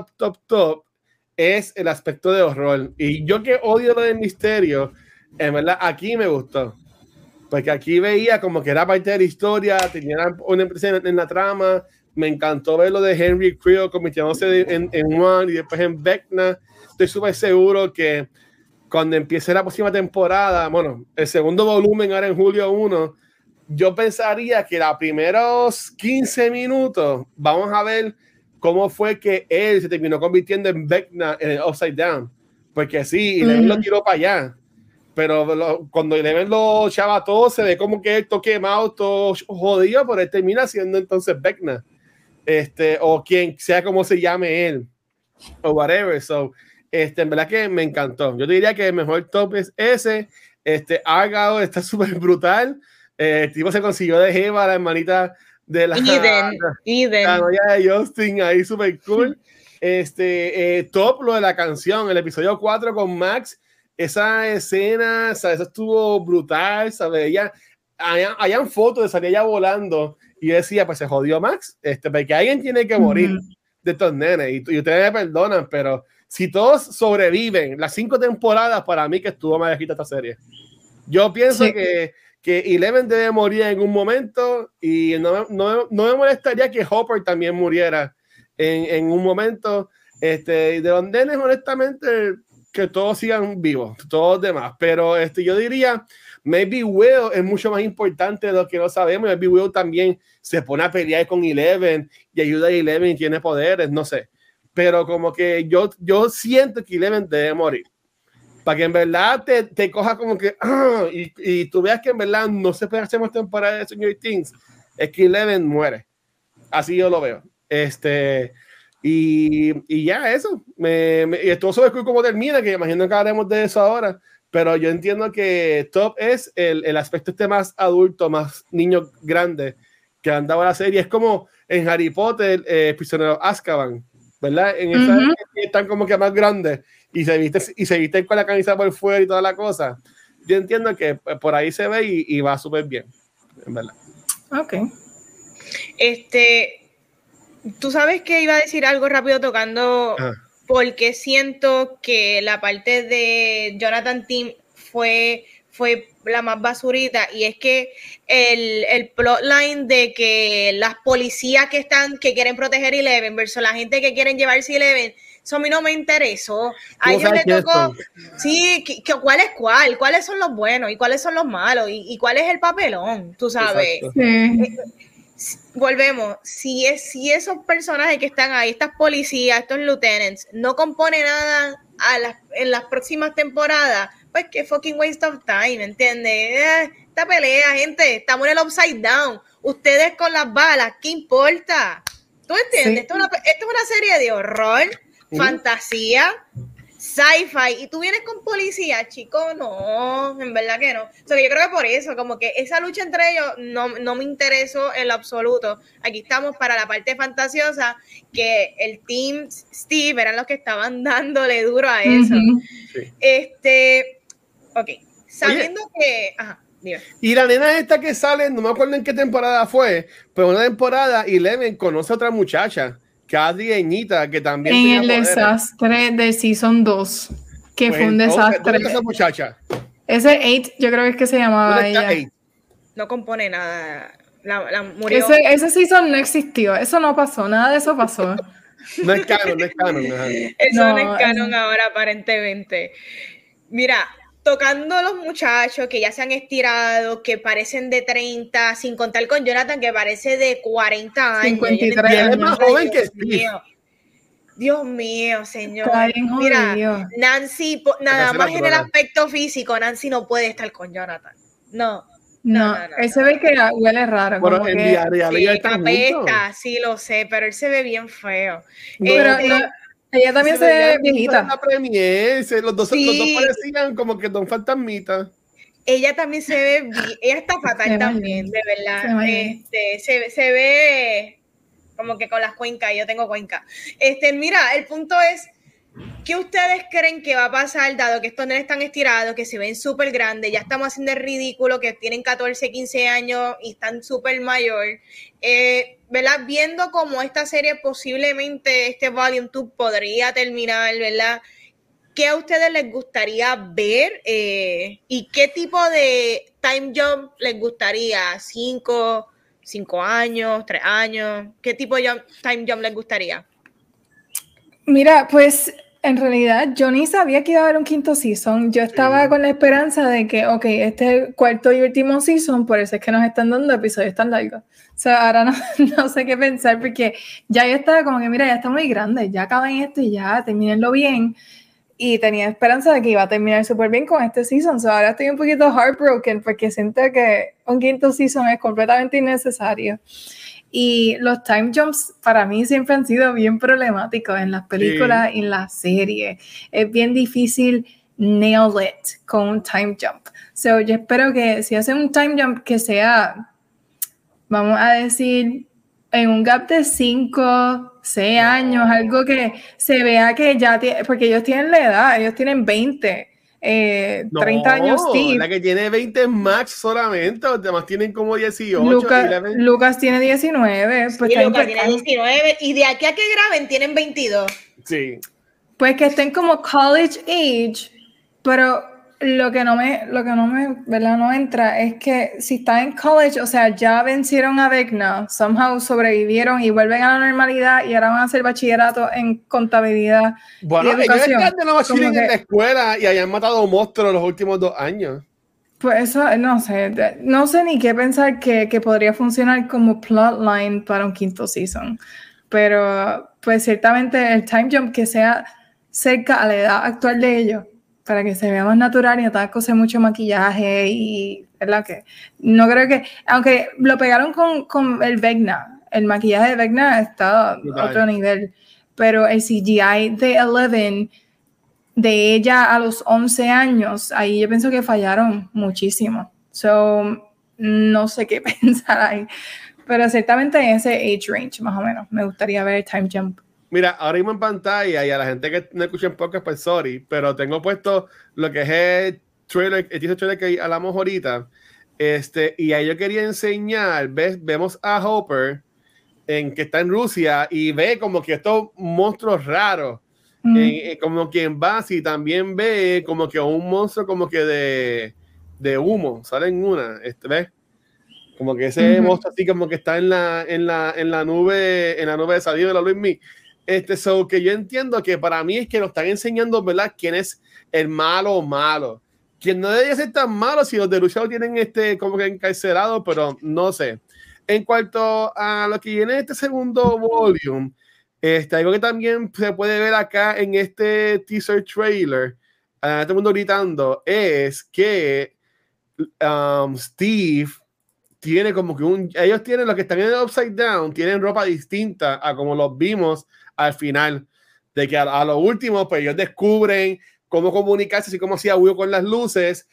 [SPEAKER 3] es el aspecto de horror. Y yo que odio lo del misterio, en verdad, aquí me gustó. Porque aquí veía como que era parte de la historia, tenía una empresa en la trama. Me encantó ver lo de Henry Creel convirtiéndose en One y después en Vecna. Estoy súper seguro que cuando empiece la próxima temporada, bueno, el segundo volumen ahora en julio 1, yo pensaría que los primeros 15 minutos vamos a ver cómo fue que él se terminó convirtiendo en Vecna en el Upside Down. Porque sí, Eleven lo tiró para allá. Pero cuando Eleven lo echaba todo, se ve como que él quemado, todo jodido, pero él termina siendo entonces Vecna. O quien sea como se llame él. O whatever. So, en verdad que me encantó. Yo diría que el mejor top es ese. Argyle está súper brutal. El tipo se consiguió de Jeva, la hermanita de la novia de Justin, ahí súper cool. Top lo de la canción, el episodio 4 con Max, esa escena, ¿sabes? Eso estuvo brutal, ¿sabes? Hayan fotos de salir ella volando y decía, pues se jodió Max, porque alguien tiene que morir de estos nenes y ustedes me perdonan, pero si todos sobreviven las 5 temporadas, para mí que estuvo más escrita esta serie. Yo pienso que Eleven debe morir en un momento y no me molestaría que Hopper también muriera en un momento. De los nenes, honestamente, que todos sigan vivos, todos los demás. Pero yo diría, maybe Will es mucho más importante de lo que no sabemos. Maybe Will también se pone a pelear con Eleven y ayuda a Eleven y tiene poderes, no sé. Pero como que yo siento que Eleven debe morir. Para que en verdad te coja como que y tú veas que en verdad no se puede hacer más temporada de Stranger Things, es que Eleven muere. Así yo lo veo. Y ya eso. Y estuvo sobre cómo termina, que imagino que hablaremos de eso ahora. Pero yo entiendo que Top es el aspecto más adulto, más niño grande que han dado a la serie. Es como en Harry Potter, Prisionero Azkaban, ¿verdad? En esa están como que más grandes y se visten con la camisa por fuera y toda la cosa. Yo entiendo que por ahí se ve y va súper bien, en verdad.
[SPEAKER 2] Ok.
[SPEAKER 1] Tú sabes que iba a decir algo rápido tocando, porque siento que la parte de Jonathan Tim fue la más basurita, y es que el plotline de que las policías que quieren proteger Eleven versus la gente que quieren llevarse Eleven, eso a mí no me interesó. A ellos les tocó, sí, ¿cuál es cuál? ¿Cuáles son los buenos y cuáles son los malos? ¿Y cuál es el papelón? Tú sabes. Volvemos, si esos personajes que están ahí, estas policías, estos lieutenants, no componen nada en las próximas temporadas, pues qué fucking waste of time, ¿entiendes? Esta pelea, gente, estamos en el upside down, ustedes con las balas, ¿qué importa? ¿Tú entiendes? Sí. Esto es una serie de horror, fantasía, sci-fi, y tú vienes con policía, chico, no, en verdad que no. O sea, yo creo que por eso, como que esa lucha entre ellos no me interesó en lo absoluto. Aquí estamos para la parte fantasiosa, que el Team Steve eran los que estaban dándole duro a eso. Sí. Ok, sabiendo que... Ajá, dime.
[SPEAKER 3] Y la nena esta que sale, no me acuerdo en qué temporada fue, pero una temporada Eleven conoce a otra muchacha, Cadieñita, que también
[SPEAKER 2] en el desastre de Season 2, que pues fue un desastre.
[SPEAKER 3] ¿Dónde está esa muchacha?
[SPEAKER 2] Ese 8, yo creo que es que se llamaba ella. 8?
[SPEAKER 1] No compone nada. La murió.
[SPEAKER 2] Ese Season no existió, eso no pasó, nada de eso pasó.
[SPEAKER 3] No es canon.
[SPEAKER 1] Eso no es canon ahora, aparentemente. Mira, tocando a los muchachos que ya se han estirado, que parecen de 30, sin contar con Jonathan, que parece de 40 años.
[SPEAKER 2] 53
[SPEAKER 3] años. Es más joven que Steve.
[SPEAKER 1] Dios mío, señor. Mira, Nancy, nada más en el aspecto físico, Nancy no puede estar con Jonathan. No.
[SPEAKER 2] Él se ve que huele raro.
[SPEAKER 3] Pero
[SPEAKER 2] como
[SPEAKER 3] en
[SPEAKER 2] que
[SPEAKER 3] día está
[SPEAKER 1] apesta, sí lo sé, pero él se ve bien feo.
[SPEAKER 2] Pero ella también se ve viejita.
[SPEAKER 3] Los dos parecían como que don fantasmita.
[SPEAKER 1] Ella también se ve, ella está fatal también, de verdad. Se ve como que con las cuencas, yo tengo cuenca. Mira, el punto es, ¿qué ustedes creen que va a pasar, dado que estos nenes están estirados, que se ven súper grandes, ya estamos haciendo el ridículo, que tienen 14, 15 años y están súper mayor? ¿Verdad? Viendo cómo esta serie posiblemente, Volume 2 podría terminar, ¿verdad? ¿Qué a ustedes les gustaría ver? ¿Y qué tipo de time jump les gustaría? ¿5 años, 3 años? ¿Qué tipo de time jump les gustaría?
[SPEAKER 2] Mira, pues en realidad yo ni sabía que iba a haber un quinto season. Yo estaba con la esperanza de que, ok, este es el cuarto y último season, por eso es que nos están dando episodios tan largos. O sea, ahora no sé qué pensar, porque ya yo estaba como que, mira, ya está muy grande, ya acaben esto y ya, terminenlo bien. Y tenía esperanza de que iba a terminar súper bien con este season. So, ahora estoy un poquito heartbroken porque siento que un quinto season es completamente innecesario. Y los time jumps para mí siempre han sido bien problemáticos en las películas y en las series. Es bien difícil nail it con un time jump. So, yo espero que si hacen un time jump que sea, vamos a decir, en un gap de 5, 6 años, algo que se vea que ya tiene, porque ellos tienen la edad, ellos tienen 20. 30 años Steve.
[SPEAKER 3] La que tiene 20 es Max solamente, los demás tienen como 18.
[SPEAKER 2] Lucas tiene 19.
[SPEAKER 1] Pues sí, Lucas tiene 19 y de aquí a que graben tienen 22.
[SPEAKER 3] Sí.
[SPEAKER 2] Pues que estén como college age, pero lo que no me ¿verdad? No entra es que si están en college, o sea, ya vencieron a Vecna, somehow sobrevivieron y vuelven a la normalidad y ahora van a hacer bachillerato en contabilidad y educación.
[SPEAKER 3] Ellos están de nuevo en la escuela y hayan matado monstruos los últimos 2 años.
[SPEAKER 2] Pues eso, no sé ni qué pensar que podría funcionar como plotline para un quinto season, pero pues ciertamente el time jump que sea cerca a la edad actual de ellos, para que se vea más natural y no tenga que hacer mucho maquillaje y, ¿verdad? Que no creo que, aunque lo pegaron con el Vecna el maquillaje de Vecna está a otro nivel, pero el CGI de Eleven, de ella a los 11 años, ahí yo pienso que fallaron muchísimo. So, no sé qué pensar ahí, pero ciertamente en ese age range, más o menos, me gustaría ver Time Jump.
[SPEAKER 3] Mira, ahora mismo en pantalla, y a la gente que no escucha en podcast, pues sorry, pero tengo puesto lo que es el teaser trailer que hablamos ahorita, y ahí yo quería enseñar, vemos a Hopper, que está en Rusia, y ve como que estos monstruos raros, como que en base, y también ve como que un monstruo como que de humo, sale en una, ¿ves? Como que ese monstruo así como que está en la nube de salida de la Luis. So que yo entiendo que para mí es que nos están enseñando, ¿verdad? Quién es el malo. Quien no debería ser tan malo si los de lucha lo tienen como que encarcelado, pero no sé. En cuanto a lo que viene en este segundo volume, algo que también se puede ver acá en este teaser trailer, todo el mundo gritando, es que Steve tiene como que ellos tienen, los que están en el Upside Down, tienen ropa distinta a como los vimos al final, de que a lo último, pues ellos descubren cómo comunicarse, así como hacía Will con las luces,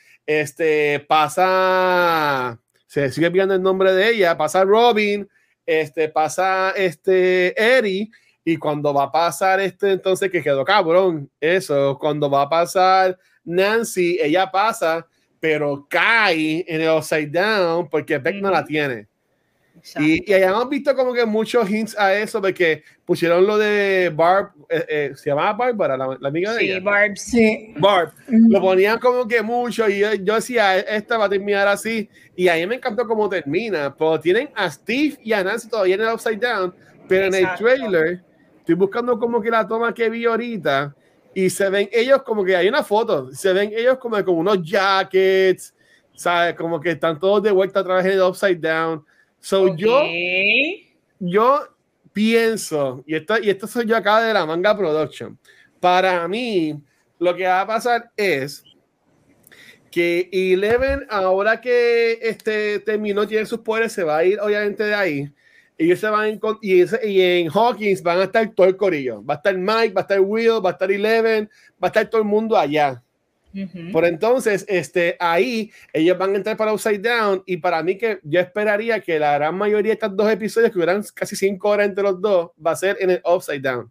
[SPEAKER 3] pasa, se sigue viendo el nombre de ella, pasa Robin, pasa Eddie, y cuando va a pasar entonces, que quedó cabrón, eso, cuando va a pasar Nancy, ella pasa, pero cae en el Upside Down porque Beck no la tiene. Y hayamos visto como que muchos hints a eso, porque pusieron lo de Barb, se llamaba Bárbara, la amiga de ella.
[SPEAKER 1] Barb.
[SPEAKER 2] Sí,
[SPEAKER 3] Barb. Lo ponían como que mucho, y yo decía, esta va a terminar así, y a mí me encantó cómo termina, pero tienen a Steve y a Nancy todavía en el Upside Down, pero en el trailer, estoy buscando como que la toma que vi ahorita, y se ven ellos como que hay una foto, se ven ellos como unos jackets, ¿sabes? Como que están todos de vuelta a través del Upside Down. So yo pienso, y esto soy yo acá de la Manga Production, para mí lo que va a pasar es que Eleven, ahora que terminó, tiene sus poderes, se va a ir obviamente de ahí. Ellos se van y en Hawkins van a estar todo el corillo. Va a estar Mike, va a estar Will, va a estar Eleven, va a estar todo el mundo allá. Por entonces, ahí ellos van a entrar para Upside Down, y para mí que yo esperaría que la gran mayoría de estos 2 episodios, que hubieran casi 5 horas entre los dos, va a ser en el Upside Down.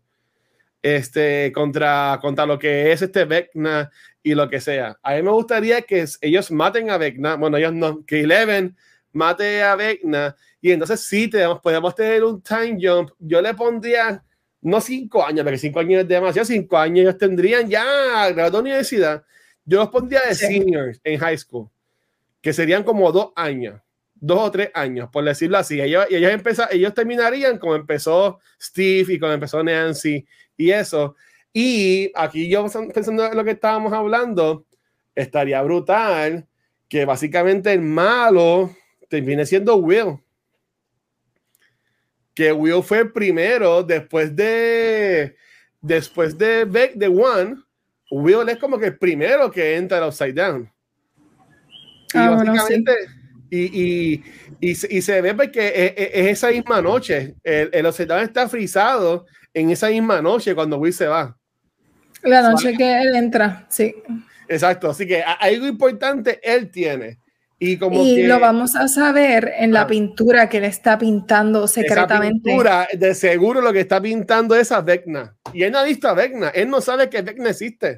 [SPEAKER 3] Contra lo que es Vecna y lo que sea. A mí me gustaría que ellos maten a Vecna, bueno, ellos no, que Eleven mate a Vecna, y entonces sí podemos tener un time jump. Yo le pondría, no 5 años, porque 5 años es demasiado, 5 años ellos tendrían ya graduado de universidad. Yo los pondría de seniors en high school, que serían como 2 años, 2 o 3 años, por decirlo así. Ellos terminarían como empezó Steve y como empezó Nancy y eso. Y aquí yo pensando en lo que estábamos hablando, estaría brutal que básicamente el malo termine siendo Will. Que Will fue el primero después de One. Will es como que el primero que entra al Upside Down. Y básicamente, bueno, y se ve porque es esa misma noche. El Upside Down está frisado en esa misma noche cuando Will se va.
[SPEAKER 2] La noche que él entra, sí.
[SPEAKER 3] Exacto, así que algo importante él tiene. Y
[SPEAKER 2] lo vamos a saber en la pintura que le está pintando secretamente.
[SPEAKER 3] Esa pintura, de seguro lo que está pintando es a Vecna. Y él no ha visto a Vecna. Él no sabe que Vecna existe.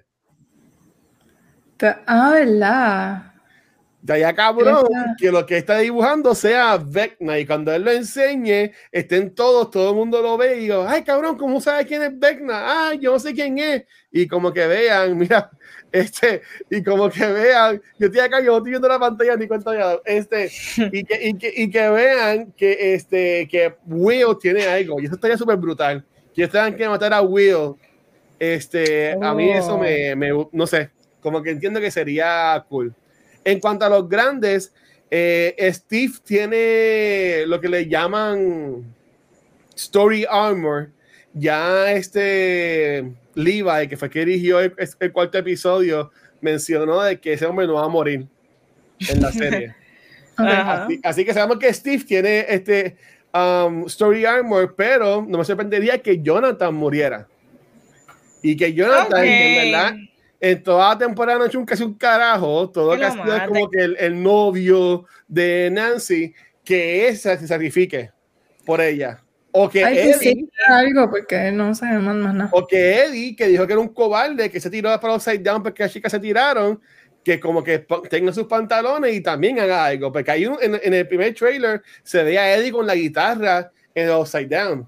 [SPEAKER 2] ¿Verdad?
[SPEAKER 3] De allá cabrón, que lo que está dibujando sea Vecna. Y cuando él lo enseñe, estén todo el mundo lo ve y digo, ay cabrón, ¿cómo sabe quién es Vecna? Ay, yo no sé quién es. Y como que vean, mira, y como que vean, yo estoy acá, yo no estoy viendo la pantalla ni cuenta ya, y que vean que Will tiene algo, y eso estaría súper brutal, que ellos tengan que matar a Will, a mí eso no sé, como que entiendo que sería cool. En cuanto a los grandes, Steve tiene lo que le llaman Story Armor. Ya Levi, que fue que dirigió el 4º episodio, mencionó de que ese hombre no va a morir en la serie. Así que sabemos que Steve tiene story armor, pero no me sorprendería que Jonathan muriera. Y que Jonathan, que en verdad, en toda la temporada no ha hecho casi un carajo, todo que ha sido como que el novio de Nancy, que esa se sacrifique por ella. O que Eddie,
[SPEAKER 2] algo porque no sabemos más nada.
[SPEAKER 3] O que Eddie, que dijo que era un cobarde, que se tiró para Upside Down porque las chicas se tiraron, que como que tenga sus pantalones y también haga algo. Porque hay en el primer trailer se ve a Eddie con la guitarra en el Upside Down.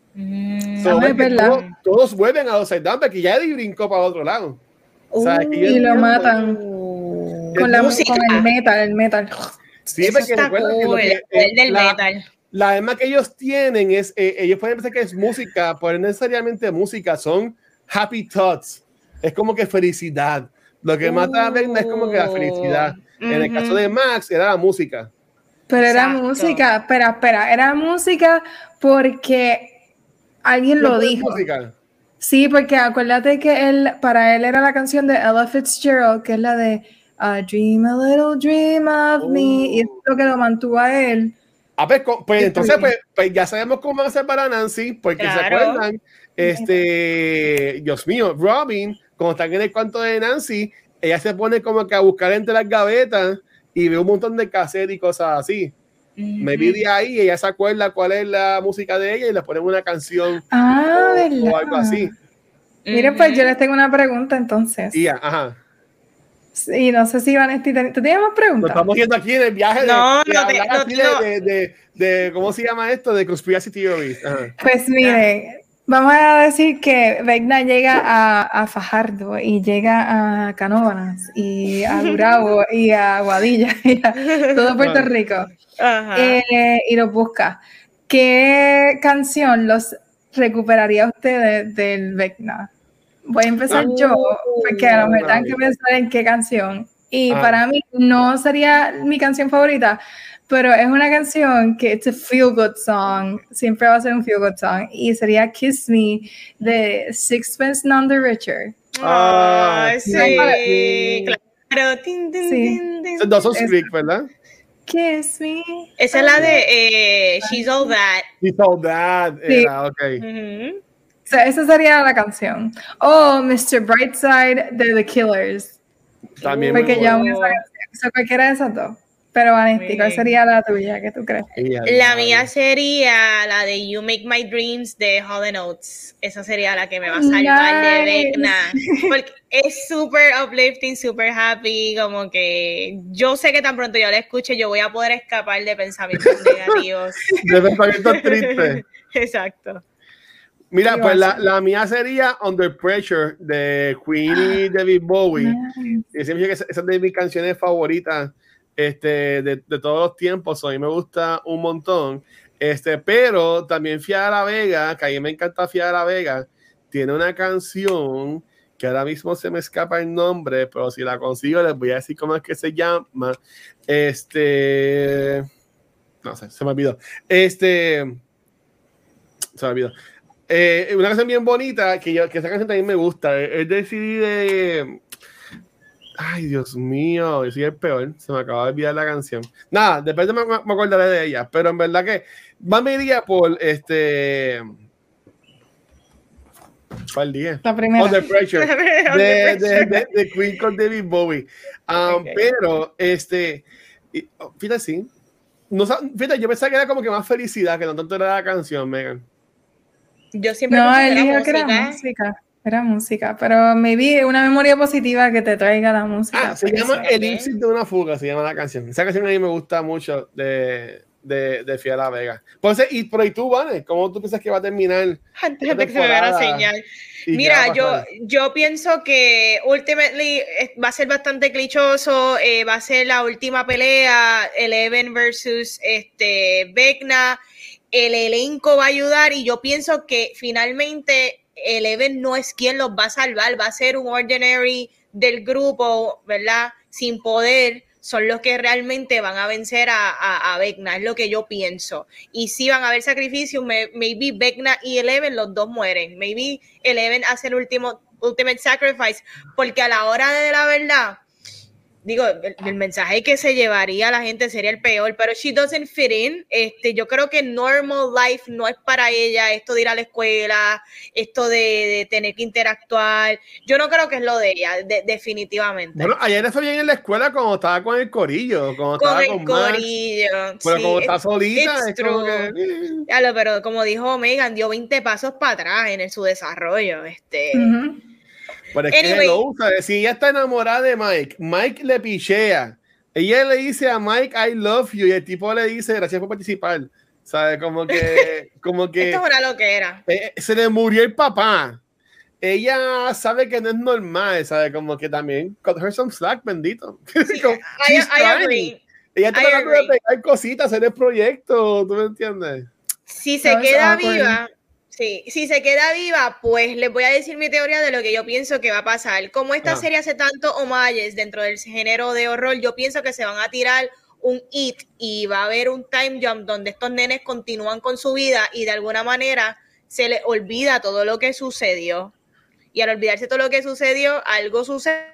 [SPEAKER 3] Todos vuelven a Upside Down porque ya Eddie brincó para otro lado.
[SPEAKER 2] O sea, y lo matan con el metal.
[SPEAKER 3] Sí,
[SPEAKER 1] eso porque está cool, el del metal.
[SPEAKER 3] La arma que ellos tienen es, ellos pueden pensar que es música, pero no necesariamente música, son happy thoughts. Es como que felicidad. Lo que mata a Vecna es como que la felicidad. En el caso de Max, era la música.
[SPEAKER 2] Pero era música, espera, era música porque alguien lo dijo. Música. Sí, porque acuérdate que para él era la canción de Ella Fitzgerald, que es la de Dream a Little Dream of Me, y es lo que lo mantuvo a él.
[SPEAKER 3] Pues entonces pues ya sabemos cómo van a hacer para Nancy, porque se acuerdan, Dios mío, Robin, cuando están en el cuarto de Nancy, ella se pone como que a buscar entre las gavetas y ve un montón de cassettes y cosas así. Maybe de ahí ella se acuerda cuál es la música de ella y le ponen una canción o algo así.
[SPEAKER 2] Miren, pues yo les tengo una pregunta entonces.
[SPEAKER 3] Ajá.
[SPEAKER 2] Sí, no sé si Vanessa, ¿tú tienes más preguntas?
[SPEAKER 3] Nos estamos yendo aquí en el viaje de ¿cómo se llama esto? De Conspiracy Theories. Ajá.
[SPEAKER 2] Pues miren, vamos a decir que Vecna llega a Fajardo y llega a Canóvanas y a Gurabo y a Guadilla y a todo Puerto Rico. Y los busca. ¿Qué canción los recuperaría ustedes del Vecna? Voy a empezar yo, porque a lo mejor tengo que pensar en qué canción. Y para mí no sería mi canción favorita, pero es una canción que es a feel good song, siempre va a ser un feel good song, y sería Kiss Me de Sixpence None the Richer.
[SPEAKER 1] Sí, claro.
[SPEAKER 3] Dawson's Creek, ¿verdad?
[SPEAKER 2] Kiss Me.
[SPEAKER 1] Esa es la de She's All That.
[SPEAKER 3] She's All That, era, ok.
[SPEAKER 2] O sea, esa sería la canción. O Mr. Brightside de The Killers.
[SPEAKER 3] También
[SPEAKER 2] porque ya esa canción. O sea, cualquiera de esas dos. Pero Vanessa, ¿cuál sería la tuya? ¿Qué tú crees?
[SPEAKER 1] La mía sería la de You Make My Dreams de Hall & Oates. Esa sería la que me va a salvar de Vecna. Porque es súper uplifting, súper happy. Como que yo sé que tan pronto yo la escuche, yo voy a poder escapar de pensamientos negativos.
[SPEAKER 3] De pensamientos tristes.
[SPEAKER 1] Exacto.
[SPEAKER 3] Mira, pues la mía sería Under Pressure de Queen y David Bowie. Y siempre que esa es de mis canciones favoritas de todos los tiempos. A mí me gusta un montón. Pero también Fia de la Vega, que a mí me encanta Fia de la Vega, tiene una canción que ahora mismo se me escapa el nombre, pero si la consigo les voy a decir cómo es que se llama. No sé, se me olvidó. Se me olvidó. Una canción bien bonita que esa canción también me gusta. Es de CD de. Ay, Dios mío, yo soy el peor. Se me acaba de olvidar la canción. Nada, después me acordaré de ella. Pero en verdad que me iría por ¿cuál día?
[SPEAKER 2] La primera.
[SPEAKER 3] Under Pressure de Queen con David Bowie. Pero fíjate, sí. No, fíjate, yo pensaba que era como que más felicidad, que no tanto era la canción, Megan.
[SPEAKER 1] Yo siempre pensé
[SPEAKER 2] que era música. Era música, pero maybe una memoria positiva que te traiga la música.
[SPEAKER 3] Se llama El Ipsis de una fuga, se llama la canción. Esa canción a mí me gusta mucho de Fia de la Vega. Entonces, ¿y tú, Vane? ¿Cómo tú piensas que va a terminar?
[SPEAKER 1] Antes de que se me vea la señal. Mira, yo pienso que ultimately va a ser bastante clichoso, va a ser la última pelea, Eleven versus Vecna. El elenco va a ayudar y yo pienso que finalmente Eleven no es quien los va a salvar, va a ser un ordinary del grupo, ¿verdad? Sin poder, son los que realmente van a vencer a Vecna, es lo que yo pienso. Y sí van a haber sacrificios, maybe Vecna y Eleven los dos mueren, maybe Eleven hace el ultimate sacrifice, porque a la hora de la verdad, digo, el mensaje que se llevaría a la gente sería el peor, pero she doesn't fit in. Yo creo que normal life no es para ella, esto de ir a la escuela, esto de tener que interactuar. Yo no creo que es lo de ella, definitivamente.
[SPEAKER 3] Bueno, ayer le fue bien en la escuela cuando estaba con el corillo, cuando estaba con
[SPEAKER 1] corillo.
[SPEAKER 3] Max, pero
[SPEAKER 1] sí,
[SPEAKER 3] como está solita, es como
[SPEAKER 1] true.
[SPEAKER 3] que...
[SPEAKER 1] Pero como dijo Megan, dio 20 pasos para atrás en su desarrollo.
[SPEAKER 3] Pero es que lo usa. Si ella está enamorada de Mike, Mike le pichea. Ella le dice a Mike, I love you, y el tipo le dice, gracias por participar. ¿Sabes? Como que
[SPEAKER 1] Esto es una loquera.
[SPEAKER 3] Se le murió el papá. Ella sabe que no es normal, ¿sabes? Como que también cut her some slack, bendito.
[SPEAKER 1] Sí, I agree.
[SPEAKER 3] Ella está tratando de pegar cositas, hacer el proyecto, ¿tú me entiendes?
[SPEAKER 1] Si se queda viva... Sí, si se queda viva, pues les voy a decir mi teoría de lo que yo pienso que va a pasar. Como esta serie hace tanto homages dentro del género de horror, yo pienso que se van a tirar un It y va a haber un time jump donde estos nenes continúan con su vida y de alguna manera se les olvida todo lo que sucedió. Y al olvidarse todo lo que sucedió, algo sucede.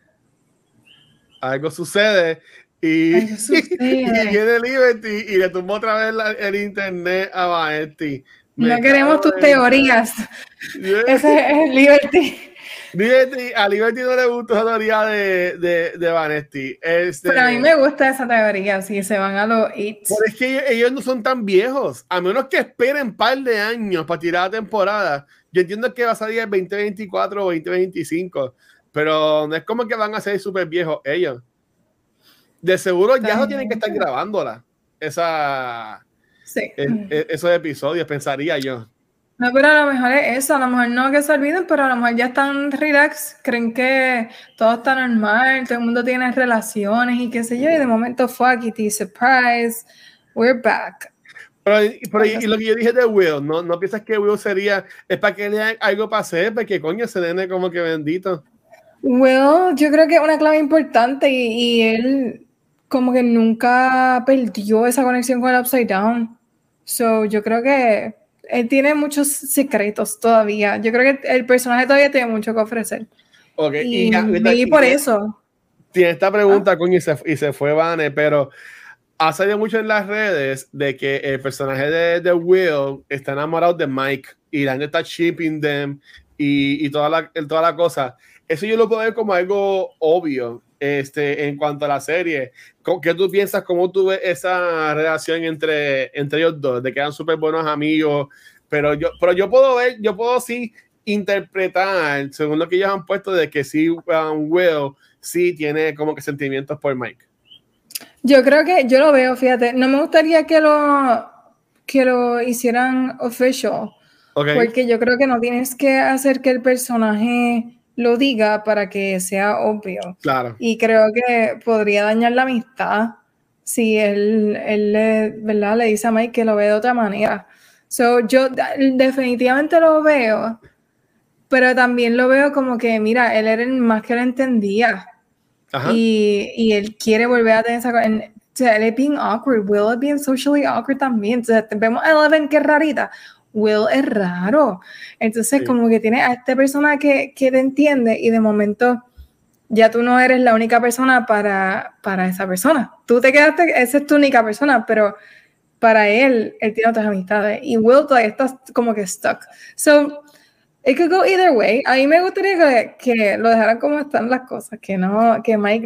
[SPEAKER 3] Algo sucede y viene Liberty y le tumbó otra vez el internet a Vanetti.
[SPEAKER 2] No queremos tus teorías. Ese es Liberty.
[SPEAKER 3] A Liberty no le gusta esa teoría de Vanetti.
[SPEAKER 2] Pero a mí me gusta esa teoría, si se van a los hits.
[SPEAKER 3] Pero es que ellos no son tan viejos. A menos que esperen un par de años para tirar la temporada. Yo entiendo que va a salir el 2024 o 2025. Pero no es como que van a ser súper viejos ellos. De seguro ya no tienen que estar grabándola. Esos episodios, pensaría yo.
[SPEAKER 2] No, pero a lo mejor es eso, a lo mejor no que se olviden, pero a lo mejor ya están relax, creen que todo está normal, todo el mundo tiene relaciones y qué sé yo, y de momento fuck it, surprise, we're back.
[SPEAKER 3] Pero y lo que yo dije de Will, ¿no piensas que Will es para que le hagan algo para hacer? Porque coño, ese nene como que bendito.
[SPEAKER 2] Will, yo creo que es una clave importante y él como que nunca perdió esa conexión con el Upside Down. So, yo creo que él tiene muchos secretos todavía. Yo creo que el personaje todavía tiene mucho que ofrecer.
[SPEAKER 3] Okay.
[SPEAKER 2] Y por eso.
[SPEAKER 3] Tiene esta pregunta, coño, y se fue Vane, pero ha salido mucho en las redes de que el personaje de Will está enamorado de Mike y la gente está shipping them y toda la cosa. Eso yo lo puedo ver como algo obvio. En cuanto a la serie, ¿qué tú piensas? ¿Cómo tú ves esa relación entre ellos dos? De que eran súper buenos amigos, pero yo puedo sí interpretar, según lo que ellos han puesto, de que sí, Will sí tiene como que sentimientos por Mike.
[SPEAKER 2] Yo creo que yo lo veo, fíjate, no me gustaría que lo hicieran official, porque yo creo que no tienes que hacer que el personaje lo diga para que sea obvio.
[SPEAKER 3] Claro.
[SPEAKER 2] Y creo que podría dañar la amistad si él ¿verdad? Le dice a Mike que lo ve de otra manera. So, yo definitivamente lo veo, pero también lo veo como que, mira, él era el más que lo entendía. Ajá. Y él quiere volver a tener esa... O sea, él es being awkward. Will es being socially awkward también. O sea, vemos a Eleven que es rarita. Will es raro. Entonces, como que tiene a esta persona que te entiende y de momento ya tú no eres la única persona para esa persona. Tú te quedaste, esa es tu única persona, pero para él tiene otras amistades. Y Will todavía está como que stuck. So, it could go either way. A mí me gustaría que lo dejaran como están las cosas, que Mike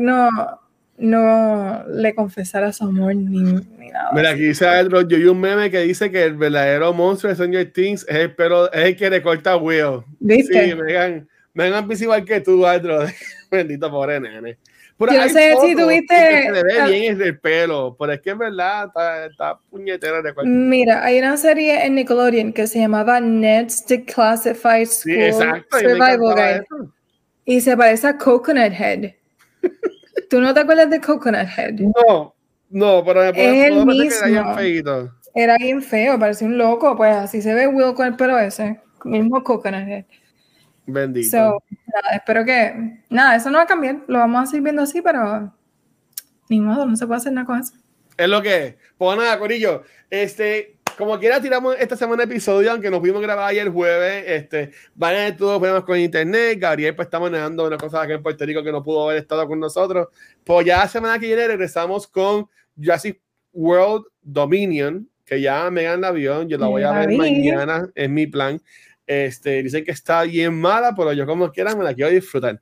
[SPEAKER 2] no le confesara su amor ni nada.
[SPEAKER 3] Mira, aquí dice yo vi un meme que dice que el verdadero monstruo de Stranger Things es el que le corta a Will.
[SPEAKER 2] ¿Viste?
[SPEAKER 3] Sí, Megan piensa igual que tú, Aldro. Bendito pobre nene. Pero
[SPEAKER 2] yo no sé si tuviste...
[SPEAKER 3] Se le ve bien el pelo, pero es que es verdad, está puñetera de cualquier.
[SPEAKER 2] Mira, hay una serie en Nickelodeon que se llamaba Ned's Declassified School Survival Guide. Y se parece a Coconut Head. ¿Tú no te acuerdas de Coconut Head?
[SPEAKER 3] No, pero
[SPEAKER 2] es el mismo.
[SPEAKER 3] Era
[SPEAKER 2] bien feo, parecía un loco. Pues así se ve Will con el pelo ese. Mismo Coconut Head.
[SPEAKER 3] Bendito.
[SPEAKER 2] So, espero que... eso no va a cambiar. Lo vamos a seguir viendo así, pero... Ni modo, no se puede hacer nada con eso.
[SPEAKER 3] Es lo que es. Pues nada, corillo. como quiera tiramos esta semana episodio, aunque nos pudimos grabar ayer jueves. Van a todos problemas con internet. Gabriel pues está manejando unas cosas aquí en Puerto Rico que no pudo haber estado con nosotros. Pues ya la semana que viene regresamos con Jurassic World Dominion, que ya Megan la vio. Yo la voy a ver mañana, es mi plan. Dicen que está bien mala, pero yo como quiera me la quiero disfrutar.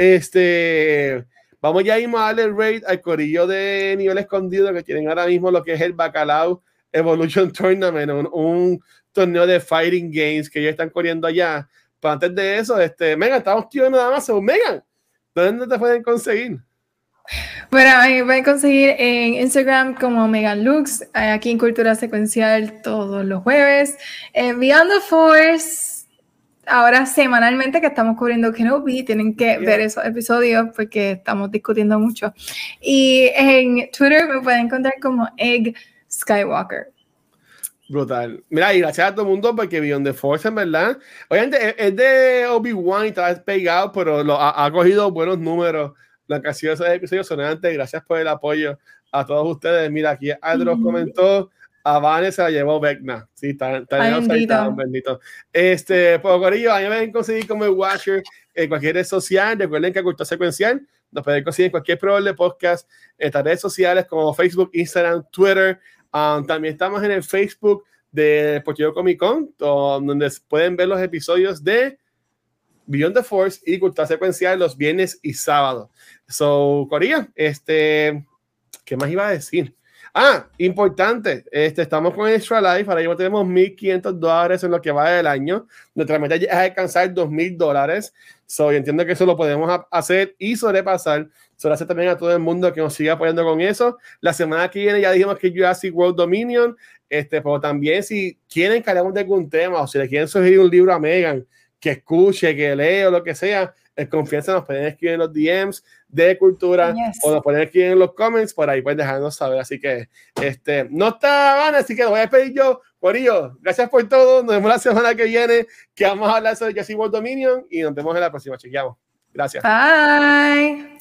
[SPEAKER 3] Vamos ya a darle el raid al corillo de nivel escondido que tienen ahora mismo lo que es el Bacalao Evolution Tournament, un torneo de fighting games que ellos están corriendo allá. Pero antes de eso, Megan, estamos tíos nada más. Megan, ¿dónde te pueden conseguir?
[SPEAKER 2] Bueno, me pueden conseguir en Instagram como Megan Lux, aquí en Cultura Secuencial todos los jueves. En Beyond the Force, ahora semanalmente que estamos cubriendo Kenobi, tienen que ver esos episodios porque estamos discutiendo mucho. Y en Twitter me pueden encontrar como Egg Skywalker.
[SPEAKER 3] Brutal. Mira, y gracias a todo el mundo porque Beyond the Force, en verdad, obviamente es de Obi-Wan y está despegado, pero ha cogido buenos números. La que ha sido esos episodios sonantes. Gracias por el apoyo a todos ustedes. Mira, aquí Andros comentó, a Vane se la llevó Vecna. Sí, está bendito. Pues Corillo, a mí me pueden conseguir como el Watcher en cualquier red social. Recuerden que Cultura Secuencial nos pueden conseguir en cualquier proveedor de podcast, en estas redes sociales como Facebook, Instagram, Twitter. También estamos en el Facebook de Puerto Rico Comic Con, donde pueden ver los episodios de Beyond the Force y Cultura Secuencial los viernes y sábados. Corillo, ¿qué más iba a decir? Importante, estamos con Extra Life, ahora mismo tenemos $1,500 en lo que va del año. Nuestra meta es alcanzar $2,000. Yo entiendo que eso lo podemos hacer y sobrepasar. Gracias también a todo el mundo que nos sigue apoyando con eso. La semana que viene ya dijimos que Jurassic World Dominion, pero también si quieren que hablemos de algún tema o si le quieren sugerir un libro a Megan, que escuche, que lea o lo que sea, en confianza nos pueden escribir en los DMs de Cultura o nos pueden escribir en los comments, por ahí pueden dejarnos saber. Así que no está Vane, así que lo voy a despedir yo. Corillo, gracias por todo. Nos vemos la semana que viene, que vamos a hablar sobre Jurassic World Dominion y nos vemos en la próxima. Chequeamos. Gracias.
[SPEAKER 2] Bye.